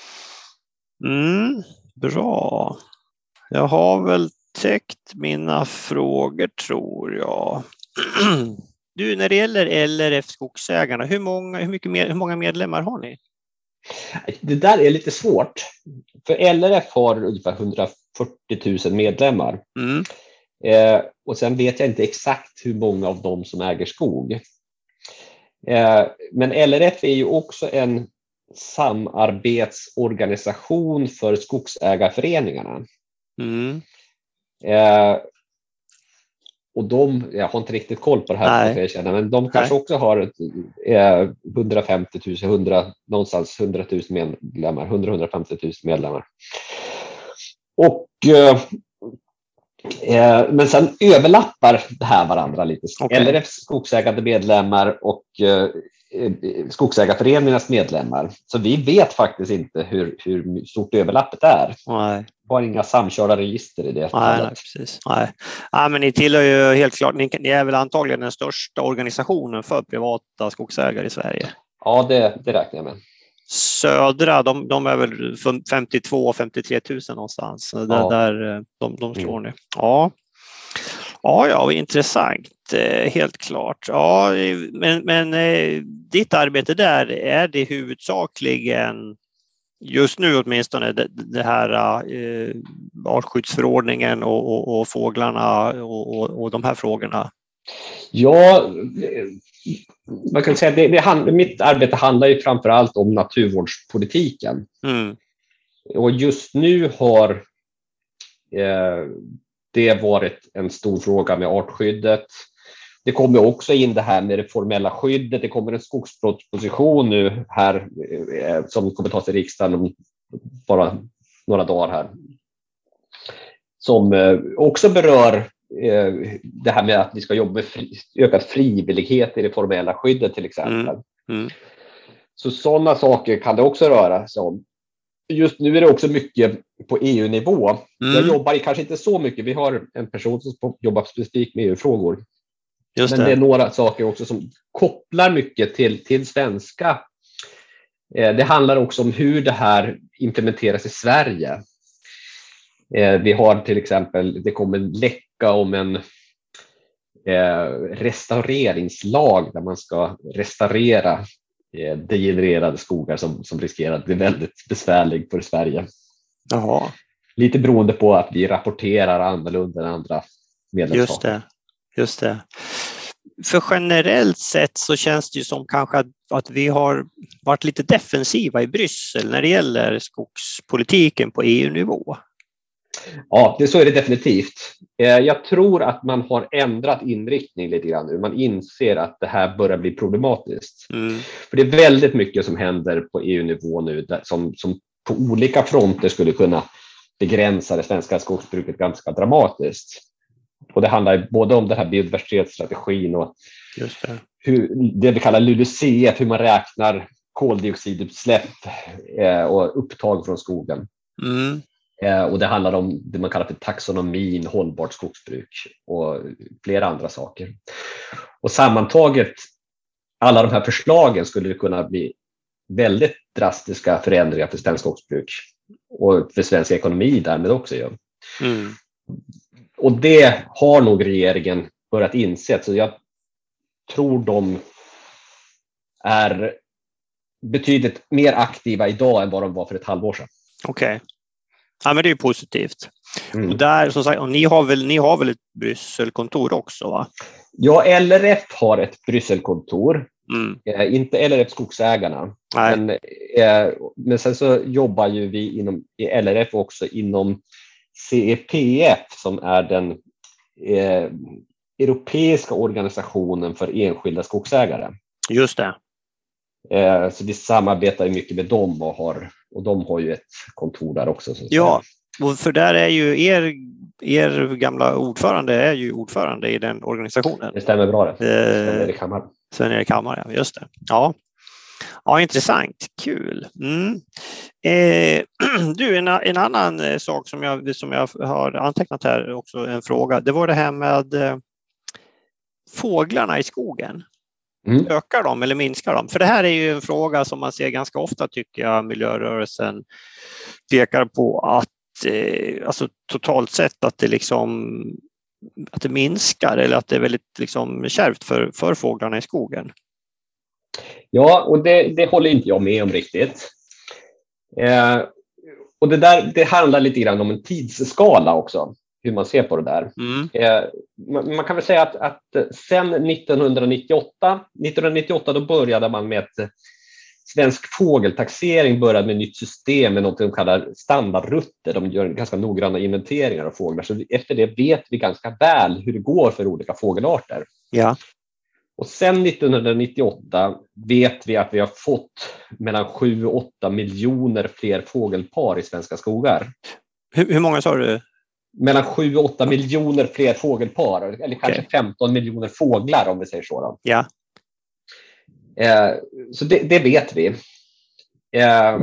Speaker 1: Mm, bra. Jag har väl täckt mina frågor, tror jag. Du, när det gäller L R F Skogsägarna, hur många, hur mycket med, hur många medlemmar har ni?
Speaker 2: Det där är lite svårt. För L R F har ungefär hundrafyrtio tusen medlemmar. Mm. Eh, och sen vet jag inte exakt hur många av dem som äger skog. Eh, men L R F är ju också en samarbetsorganisation för skogsägarföreningarna. Mm. Eh, och de, jag har inte riktigt koll på det här, jag känna, men de kanske Nej. också har eh, hundrafemtio tusen, hundra, någonstans hundra tusen medlemmar, hundra till hundrafemtio tusen medlemmar. Och eh, Eh, men sen överlappar det här varandra lite. Okay. L R F skogsägande medlemmar och eh, skogsägarföreningarnas medlemmar. Så vi vet faktiskt inte hur, hur stort överlappet är.
Speaker 1: Nej.
Speaker 2: Vi har inga samkörda register i det.
Speaker 1: Nej, nej, precis. Nej. Ja, men ni tillhör ju helt klart, ni, ni är väl antagligen den största organisationen för privata skogsägare i Sverige.
Speaker 2: Ja, det, det räknar jag med.
Speaker 1: Södra, de, de är väl femtiotvå till femtiotre tusen någonstans. Ja. Där, där de, de slår mm. ni. Ja. Ja, ja, intressant. Helt klart. Ja, men, men ditt arbete där, är det huvudsakligen just nu åtminstone det, det här eh, artskyddsförordningen och, och, och fåglarna och, och, och de här frågorna?
Speaker 2: Ja, man kan säga att det, det hand, mitt arbete handlar ju framförallt om naturvårdspolitiken. Mm. Och just nu har eh, det varit en stor fråga med artskyddet. Det kommer också in det här med det formella skyddet. Det kommer en skogsproposition nu här eh, som kommer tas till riksdagen om bara några dagar här. Som eh, också berör det här med att vi ska jobba med fri, ökad frivillighet i det formella skyddet till exempel. Mm. Mm. Så sådana saker kan det också röra sig om. Just nu är det också mycket på E U-nivå. Mm. Jag jobbar kanske inte så mycket. Vi har en person som jobbar specifikt med E U-frågor. Just Men det. det är några saker också som kopplar mycket till, till svenska. Det handlar också om hur det här implementeras i Sverige. Vi har till exempel, det kommer en läcka om en eh, restaureringslag där man ska restaurera eh, degenererade skogar som, som riskerar att bli väldigt besvärlig för Sverige.
Speaker 1: Jaha.
Speaker 2: Lite beroende på att vi rapporterar annorlunda än andra medlemsstater.
Speaker 1: Just det, just det. För generellt sett så känns det ju som kanske att, att vi har varit lite defensiva i Bryssel när det gäller skogspolitiken på E U-nivå.
Speaker 2: Ja, det, så är det definitivt. Jag tror att man har ändrat inriktning lite grann nu. Man inser att det här börjar bli problematiskt. Mm. För det är väldigt mycket som händer på E U-nivå nu som, som på olika fronter skulle kunna begränsa det svenska skogsbruket ganska dramatiskt. Och det handlar både om den här biodiversitetsstrategin och
Speaker 1: Just det.
Speaker 2: Hur, det vi kallar L U L U C F, hur man räknar koldioxidutsläpp och upptag från skogen. Mm. Och det handlar om det man kallar för taxonomin, hållbart skogsbruk och flera andra saker. Och sammantaget, alla de här förslagen skulle det kunna bli väldigt drastiska förändringar för svenskt skogsbruk och för svensk ekonomi därmed också. Ja. Mm. Och det har nog regeringen börjat inse, så jag tror de är betydligt mer aktiva idag än vad de var för ett halvår sedan.
Speaker 1: Okej. Okay. Ja, men det är ju positivt.
Speaker 2: Mm.
Speaker 1: Och där, som sagt, och ni har väl, ni har väl ett Brysselkontor också, va?
Speaker 2: Ja, L R F har ett Brysselkontor.
Speaker 1: Mm.
Speaker 2: Eh, inte L R F Skogsägarna.
Speaker 1: Nej.
Speaker 2: Men, eh, men sen så jobbar ju vi inom, i L R F också inom C E P F som är den eh, europeiska organisationen för enskilda skogsägare.
Speaker 1: Just det.
Speaker 2: Eh, så vi samarbetar mycket med dem och, har, och de har ju ett kontor där också. Så
Speaker 1: ja, och för där är ju er, er gamla ordförande är ju ordförande i den organisationen.
Speaker 2: Det stämmer bra det.
Speaker 1: Sven-Erik
Speaker 2: Hammar.
Speaker 1: Sven-Erik Hammar, ja, just det. Ja. Ja, intressant. Kul. Mm. Eh, du, en, en annan sak som jag, som jag har antecknat här också, en fråga. Det var det här med eh, fåglarna i skogen. Mm. Ökar de eller minskar de? För det här är ju en fråga som man ser ganska ofta, tycker jag, miljörörelsen pekar på att eh, alltså totalt sett att det liksom att det minskar eller att det är väldigt liksom kärvt för, för fåglarna i skogen.
Speaker 2: Ja, och det, det håller inte jag med om riktigt. Eh, och det där, det handlar lite grann om en tidsskala också, hur man ser på det där. Mm. Eh, man, man kan väl säga att, att sen nittonhundranittioåtta, nittonhundranittioåtta då började man med ett svensk fågeltaxering började med ett nytt system med något de kallar standardrutter. De gör ganska noggranna inventeringar av fåglar. Så efter det vet vi ganska väl hur det går för olika fågelarter.
Speaker 1: Ja.
Speaker 2: Och sen nittonhundranittioåtta vet vi att vi har fått mellan sju och åtta miljoner fler fågelpar i svenska skogar.
Speaker 1: Hur, hur många sa du?
Speaker 2: Mellan sju och åtta miljoner fler fågelpar. Eller kanske okay. femton miljoner fåglar om vi säger så. Då.
Speaker 1: Ja.
Speaker 2: Eh, så det, det vet vi. Eh,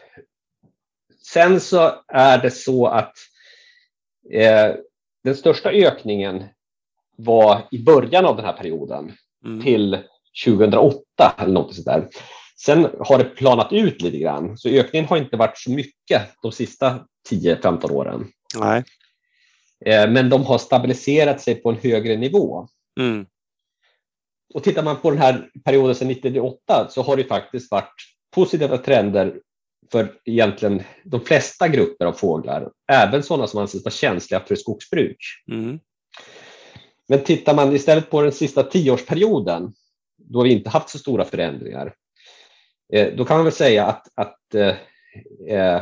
Speaker 2: sen så är det så att eh, den största ökningen var i början av den här perioden mm. till tjugohundraåtta eller något sånt där. Sen har det planat ut lite grann, så ökningen har inte varit så mycket de sista tio femton åren.
Speaker 1: Nej.
Speaker 2: Eh, men de har stabiliserat sig på en högre nivå.
Speaker 1: Mm.
Speaker 2: Och tittar man på den här perioden sedan nittonhundraåtta så har det faktiskt varit positiva trender för egentligen de flesta grupper av fåglar. Även sådana som anses vara känsliga för skogsbruk.
Speaker 1: Mm.
Speaker 2: Men tittar man istället på den sista tioårsperioden, då har vi inte haft så stora förändringar. Eh, då kan man väl säga att, att eh, eh,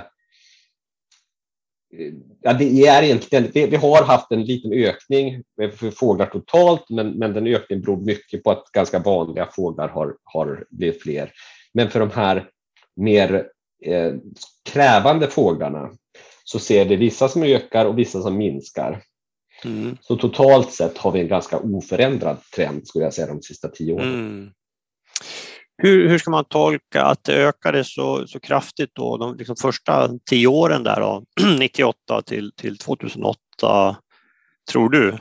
Speaker 2: ja, det är egentligen, vi, vi har haft en liten ökning för fåglar totalt, men, men den ökningen beror mycket på att ganska vanliga fåglar har, har blivit fler. Men för de här mer eh, krävande fåglarna så ser det vissa som ökar och vissa som minskar. Mm. Så totalt sett har vi en ganska oförändrad trend, skulle jag säga, de sista tio åren. Mm.
Speaker 1: Hur, hur ska man tolka att det ökade så, så kraftigt då, de liksom första tio åren där då, nittioåtta till, till tjugohundraåtta, tror du?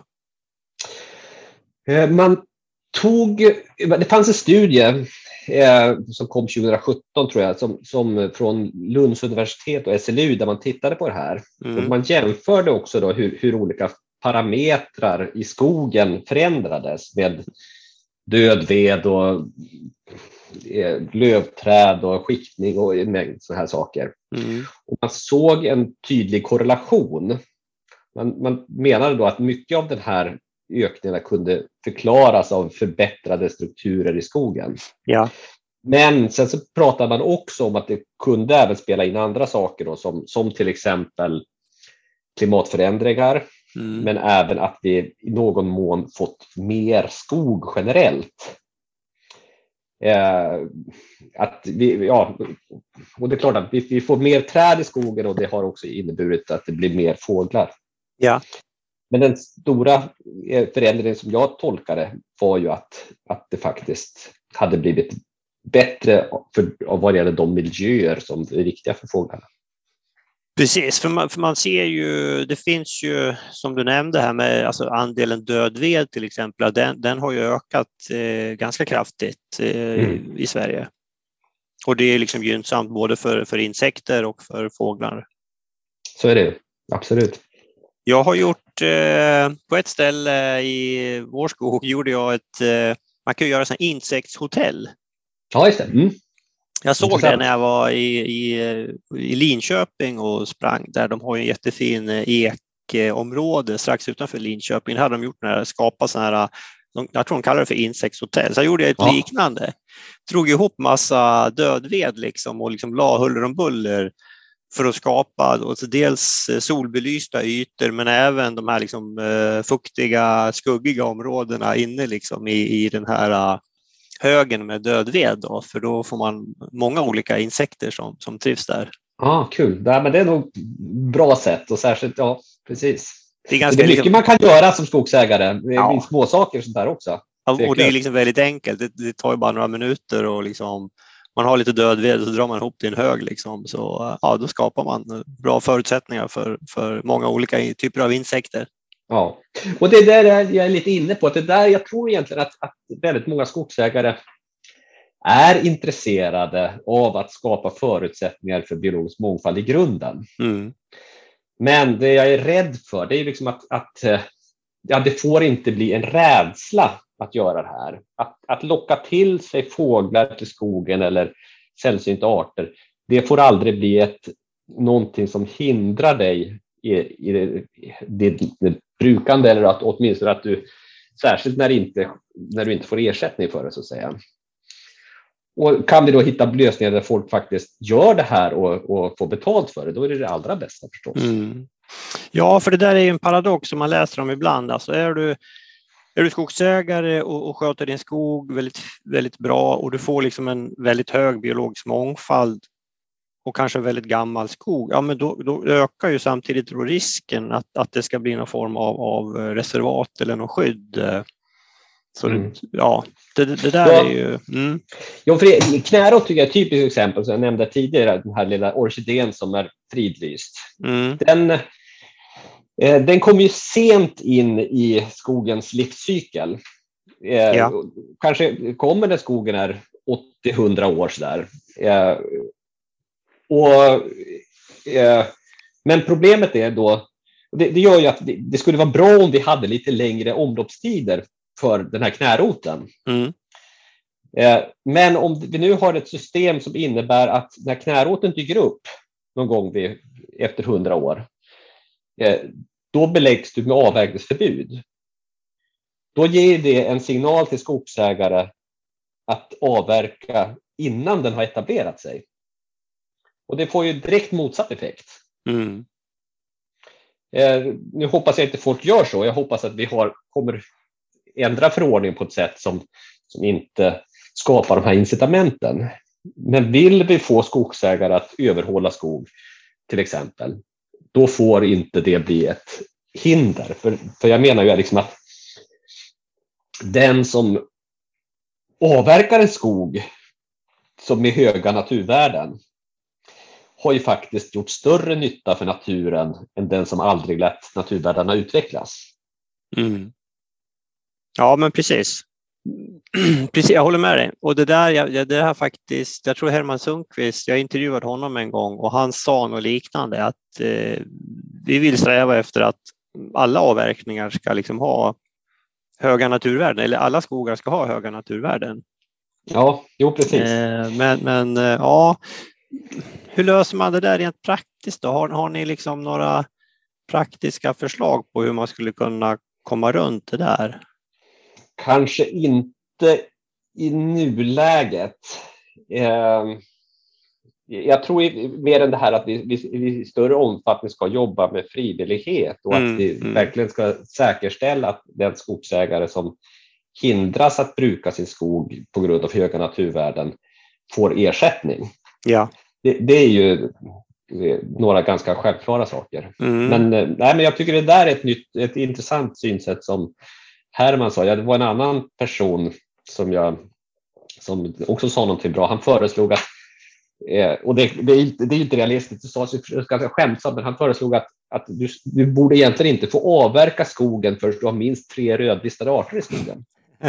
Speaker 2: Man tog, det fanns en studie eh, som kom tjugohundrasjutton tror jag, som, som från Lunds universitet och S L U där man tittade på det här. Mm. Och man jämförde också då hur, hur olika parametrar i skogen förändrades med död ved och eh, lövträd och skiktning och en mängd sådana här saker. Mm. Och man såg en tydlig korrelation. Man, man menade då att mycket av den här ökningen kunde förklaras av förbättrade strukturer i skogen.
Speaker 1: Ja.
Speaker 2: Men sen så pratade man också om att det kunde även spela in andra saker då, som, som till exempel klimatförändringar. Mm. Men även att vi i någon mån fått mer skog generellt. Eh, att vi, ja, och det är klart att vi, vi får mer träd i skogen och det har också inneburit att det blir mer fåglar.
Speaker 1: Ja.
Speaker 2: Men den stora förändringen som jag tolkade var ju att, att det faktiskt hade blivit bättre för, vad gäller de miljöer som är viktiga för fåglarna.
Speaker 1: Precis, för man, för man ser ju, det finns ju som du nämnde här med alltså andelen död ved till exempel, den, den har ju ökat eh, ganska kraftigt eh, mm. i Sverige. Och det är liksom gynnsamt både för, för insekter och för fåglar.
Speaker 2: Så är det, absolut.
Speaker 1: Jag har gjort, eh, på ett ställe i vår skog gjorde jag ett, eh, man kan ju göra sån här insektshotell.
Speaker 2: Ja, just det. Mm.
Speaker 1: Jag såg det när jag var i, i, i Linköping och sprang där. De har ju en jättefin ekområde strax utanför Linköping. Där hade de gjort när de skapat sådana här, jag tror de kallar det för insektshotell. Så jag gjorde jag ett ja. liknande. Drog ihop massa dödved liksom och liksom la huller om buller för att skapa alltså dels solbelysta ytor men även de här liksom, uh, fuktiga, skuggiga områdena inne liksom i, i den här uh, högen med dödved då, för då får man många olika insekter som, som trivs där.
Speaker 2: Ja, ah, kul. Ja, men det är nog bra sätt och särskilt, ja, precis.
Speaker 1: Det är, ganska
Speaker 2: det är mycket liksom... man kan göra som skogsägare. Det
Speaker 1: ja.
Speaker 2: finns små saker och sånt där också.
Speaker 1: Ja, och det är liksom väldigt enkelt. Det, det tar ju bara några minuter och liksom man har lite dödved och så drar man ihop det i en hög liksom. Så ja, då skapar man bra förutsättningar för, för många olika typer av insekter.
Speaker 2: Ja, och det där jag är lite inne på. Att det där jag tror egentligen att, att väldigt många skogsägare är intresserade av att skapa förutsättningar för biologisk mångfald i grunden.
Speaker 1: Mm.
Speaker 2: Men det jag är rädd för det är liksom att, att ja, det får inte bli en rädsla att göra det här. Att, att locka till sig fåglar till skogen eller sällsynta arter, det får aldrig bli ett, någonting som hindrar dig i, i det, det, det brukande eller att åtminstone att du, särskilt när, inte, när du inte får ersättning för det så att säga. Och kan vi då hitta lösningar där folk faktiskt gör det här och, och får betalt för det, då är det det allra bästa förstås.
Speaker 1: Mm. Ja, för det där är ju en paradox som man läser om ibland. Alltså är du, är du skogsägare och, och sköter din skog väldigt, väldigt bra och du får liksom en väldigt hög biologisk mångfald och kanske väldigt gammal skog, ja men då, då ökar ju samtidigt risken att, att det ska bli någon form av, av reservat eller någon skydd. Så mm. det, ja, det, det där ja. är ju... Mm.
Speaker 2: Ja, för knärot tycker jag är ett typiskt exempel som jag nämnde tidigare, den här lilla orkidén som är fridlyst.
Speaker 1: Mm.
Speaker 2: Den, eh, den kom ju sent in i skogens livscykel. Eh,
Speaker 1: ja.
Speaker 2: Kanske kommer när skogen är åttio till hundra år sådär. Eh, och, eh, men problemet är då, det, det gör ju att det, det skulle vara bra om vi hade lite längre omloppstider för den här knäroten.
Speaker 1: Mm.
Speaker 2: Eh, men om vi nu har ett system som innebär att när knäroten dyker upp någon gång vid, efter hundra år, eh, då beläggs du med avverkningsförbud. Då ger det en signal till skogsägare att avverka innan den har etablerat sig. Och det får ju direkt motsatt effekt.
Speaker 1: Mm.
Speaker 2: Eh, nu hoppas jag inte folk gör så. Jag hoppas att vi har, kommer ändra förordningen på ett sätt som, som inte skapar de här incitamenten. Men vill vi få skogsägare att överhålla skog till exempel, då får inte det bli ett hinder. För, för jag menar ju liksom att den som avverkar en skog som med höga naturvärden har ju faktiskt gjort större nytta för naturen än den som aldrig lät naturvärdena utvecklas.
Speaker 1: Mm. Ja, men precis. Precis, jag håller med dig. Och det där, jag, det här faktiskt, jag tror Herman Sundqvist, jag intervjuade honom en gång och han sa något liknande, att eh, vi vill sträva efter att alla avverkningar ska liksom ha höga naturvärden, eller alla skogar ska ha höga naturvärden.
Speaker 2: Ja, jo precis.
Speaker 1: Eh, men men eh, ja, hur löser man det där rent praktiskt då? Har, har ni liksom några praktiska förslag på hur man skulle kunna komma runt det där?
Speaker 2: Kanske inte i nuläget. Eh, jag tror mer än det här att vi, vi, vi i större omfattning ska jobba med frivillighet och
Speaker 1: mm,
Speaker 2: att vi
Speaker 1: mm.
Speaker 2: verkligen ska säkerställa att den skogsägare som hindras att bruka sin skog på grund av höga naturvärden får ersättning.
Speaker 1: Ja.
Speaker 2: Det, det är ju några ganska självklara saker.
Speaker 1: Mm.
Speaker 2: Men, nej, men jag tycker det där är ett, nytt, ett intressant synsätt som Herman sa. Ja, det var en annan person som, jag, som också sa någonting bra. Han föreslog att, eh, och det, det, är, det är inte realistiskt, det sa ganska skämtsamt, men han föreslog att, att du, du borde egentligen inte få avverka skogen förrän du har minst tre rödlistade arter i skogen.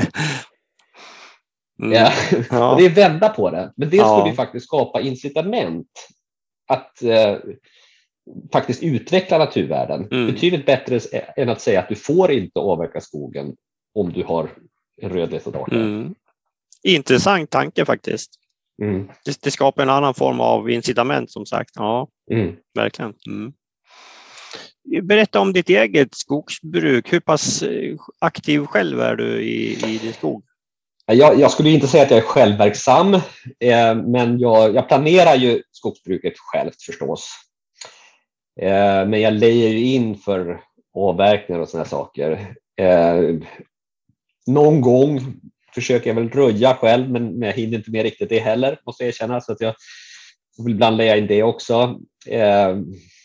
Speaker 2: Mm. Ja. Ja. Och det är vända på det. Men det skulle ja. faktiskt skapa incitament att eh, faktiskt utveckla naturvärden. Mm. Betydligt bättre än att säga att du får inte avverka skogen om du har en rödlistad art.
Speaker 1: Mm. Intressant tanke faktiskt.
Speaker 2: Mm.
Speaker 1: Det, det skapar en annan form av incitament som sagt. Ja,
Speaker 2: Mm.
Speaker 1: verkligen. Mm. Berätta om ditt eget skogsbruk. Hur pass aktiv själv är du i, i din skog?
Speaker 2: Jag, jag skulle inte säga att jag är självverksam, eh, men jag, jag planerar ju skogsbruket självt förstås. Eh, men jag lejer ju in för avverkningar och sådana saker. Eh, någon gång försöker jag väl röja själv, men, men jag hinner inte med riktigt det heller, måste jag erkänna. Så att jag vill ibland leja in det också. Eh,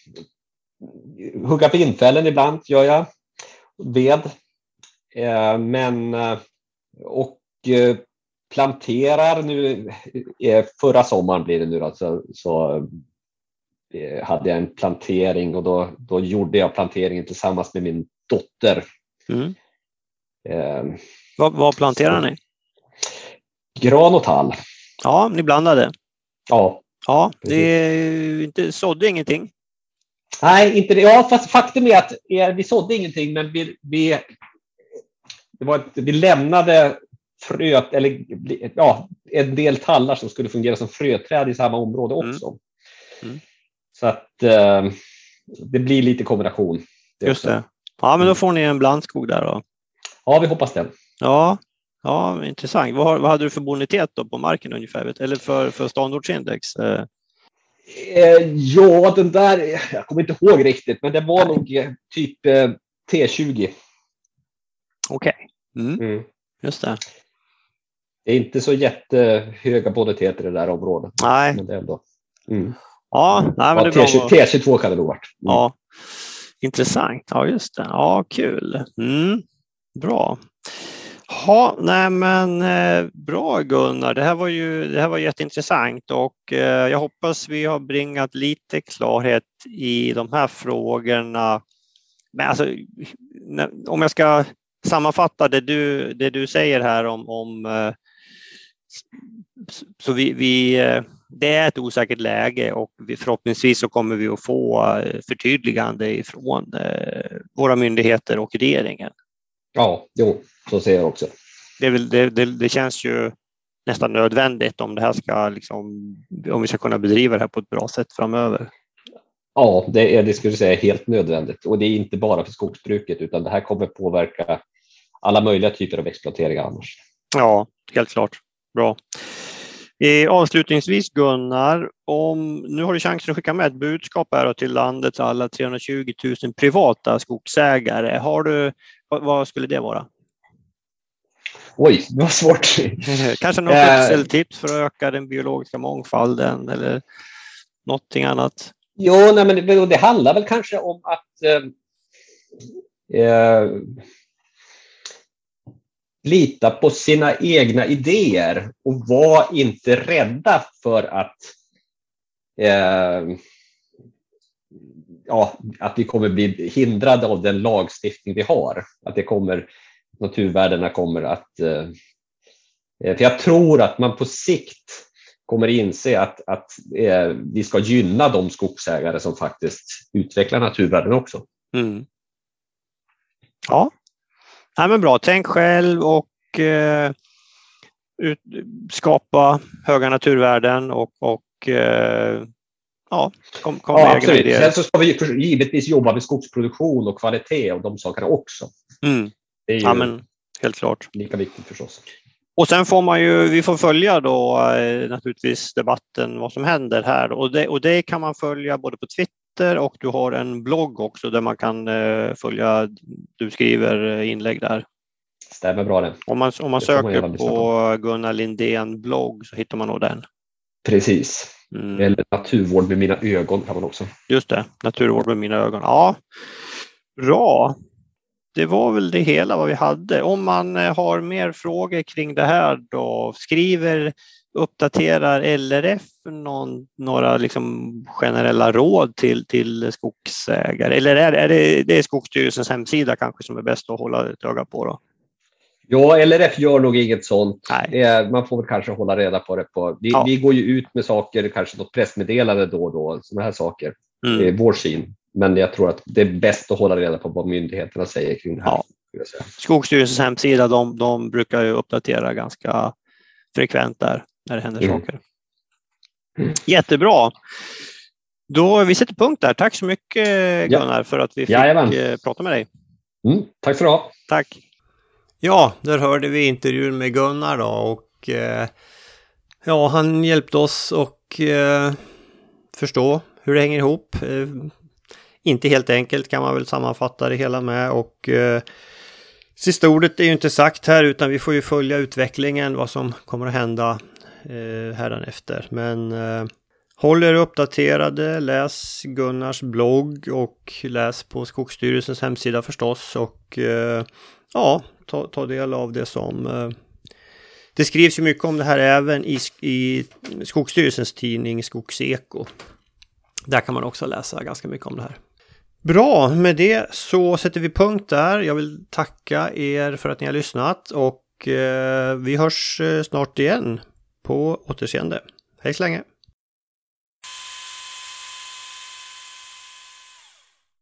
Speaker 2: hugga pinnfällen ibland gör jag. Ved. Eh, men... Och planterar nu, förra sommaren blir det nu då, så, så hade jag en plantering och då, då gjorde jag planteringen tillsammans med min dotter.
Speaker 1: Mm.
Speaker 2: Eh,
Speaker 1: vad, vad planterar ni?
Speaker 2: Gran och tall.
Speaker 1: Ja, ni blandade.
Speaker 2: Ja.
Speaker 1: Ja, det är inte, sådde ingenting.
Speaker 2: Nej, inte det. Ja, fast faktum är att ja, vi sådde ingenting, men vi, vi, det var ett, vi lämnade fröet, eller ja, en del tallar som skulle fungera som fröträd i samma område också. Mm. Mm. Så att eh, det blir lite kombination. Det
Speaker 1: Just det. Ja, men då får ni en blandskog där då.
Speaker 2: Ja, vi hoppas det.
Speaker 1: Ja, ja, intressant. Vad, vad hade du för bonitet då på marken ungefär? Eller för, för standardindex? Eh.
Speaker 2: Eh, ja, den där, jag kommer inte ihåg riktigt, men det var Nej. nog eh, typ eh, T tjugo.
Speaker 1: Okej. Okay. Mm.
Speaker 2: Mm.
Speaker 1: Just det.
Speaker 2: Det är inte så jättehöga boniteter i det där området.
Speaker 1: Nej.
Speaker 2: Men det är ändå. Mm.
Speaker 1: Ja, nej, men
Speaker 2: ja,
Speaker 1: det är bra.
Speaker 2: T tjugotvå kan det nog varit.
Speaker 1: Mm. Ja, intressant. Ja, just det. Ja, kul. Mm. Bra. Ja, nej men eh, bra Gunnar. Det här var ju det här var jätteintressant och eh, jag hoppas vi har bringat lite klarhet i de här frågorna. Men alltså, om jag ska sammanfatta det du, det du säger här om, om eh, så vi, vi, det är ett osäkert läge och vi, förhoppningsvis så kommer vi att få förtydligande ifrån eh, våra myndigheter och regeringen.
Speaker 2: Ja, jo, så ser jag också.
Speaker 1: Det, är väl, det, det, det känns ju nästan nödvändigt om det här ska liksom, om vi ska kunna bedriva det här på ett bra sätt framöver.
Speaker 2: Ja, det är det skulle jag säga helt nödvändigt och det är inte bara för skogsbruket utan det här kommer påverka alla möjliga typer av exploateringar annars.
Speaker 1: Ja, helt klart. Bra. Eh, avslutningsvis Gunnar, om, nu har du chansen att skicka med ett budskap här till landets alla trehundratjugo tusen privata skogsägare. Har du, vad, vad skulle det vara?
Speaker 2: Oj, det var svårt.
Speaker 1: Kanske något äh, tips för att öka den biologiska mångfalden eller någonting annat?
Speaker 2: Jo, nej, men det, det handlar väl kanske om att eh, eh, lita på sina egna idéer och var inte rädda för att eh, ja, att vi kommer bli hindrade av den lagstiftning vi har. Att det kommer, naturvärdena kommer att eh, för jag tror att man på sikt kommer inse att, att eh, vi ska gynna de skogsägare som faktiskt utvecklar naturvärden också.
Speaker 1: Mm. Ja, ja men bra. Tänk själv och eh, ut, skapa höga naturvärden och, och eh, ja, kom, kom
Speaker 2: ja,
Speaker 1: med
Speaker 2: absolut.
Speaker 1: egna idéer.
Speaker 2: Sen så ska vi givetvis jobba med skogsproduktion och kvalitet och de sakerna också.
Speaker 1: Mm.
Speaker 2: Det är ju
Speaker 1: ja, men, helt klart.
Speaker 2: Lika viktigt förstås.
Speaker 1: Och sen får man ju, vi får följa då eh, naturligtvis debatten, vad som händer här. Och det, och det kan man följa både på Twitter och du har en blogg också där man kan eh, följa, du skriver inlägg där.
Speaker 2: Stämmer bra det.
Speaker 1: Om man, om man
Speaker 2: det
Speaker 1: söker
Speaker 2: man
Speaker 1: på Gunnar Lindén blogg så hittar man nog den.
Speaker 2: Precis. Mm. Eller naturvård med mina ögon kan man också.
Speaker 1: Just det, naturvård med mina ögon. Ja, bra. Det var väl det hela vad vi hade. Om man har mer frågor kring det här då skriver, uppdaterar L R F någon, några liksom generella råd till, till skogsägare? Eller är, är det, det är Skogsstyrelsens hemsida kanske som är bäst att hålla ett öga på då?
Speaker 2: Ja, L R F gör nog inget sånt.
Speaker 1: Nej.
Speaker 2: Man får väl kanske hålla reda på det. På. Vi,
Speaker 1: ja.
Speaker 2: vi går ju ut med saker, kanske något pressmeddelande då och då, sådana här saker.
Speaker 1: Mm.
Speaker 2: Det är vår syn. Men jag tror att det är bäst att hålla reda på vad myndigheterna säger kring det här.
Speaker 1: Ja. Skogsstyrelsens hemsida, de, de brukar ju uppdatera ganska frekvent där när det händer
Speaker 2: mm.
Speaker 1: saker. Jättebra. Då vi sätter punkt där. Tack så mycket Gunnar ja. för att vi fick Jajamän. prata med dig.
Speaker 2: Mm, tack för det.
Speaker 1: Tack. Ja, där hörde vi intervjun med Gunnar då och eh, ja, han hjälpte oss och eh, förstå hur det hänger ihop. Eh, inte helt enkelt kan man väl sammanfatta det hela med och eh, sista ordet är ju inte sagt här utan vi får ju följa utvecklingen, vad som kommer att hända eh, härefter. Men eh, håll er uppdaterade, läs Gunnars blogg och läs på Skogsstyrelsens hemsida förstås och eh, ja, ta, ta del av det som eh, det skrivs ju mycket om det här även i, i Skogsstyrelsens tidning Skogseko. Där kan man också läsa ganska mycket om det här. Bra, med det så sätter vi punkt där. Jag vill tacka er för att ni har lyssnat och eh, vi hörs snart igen på återseende. Hej så länge!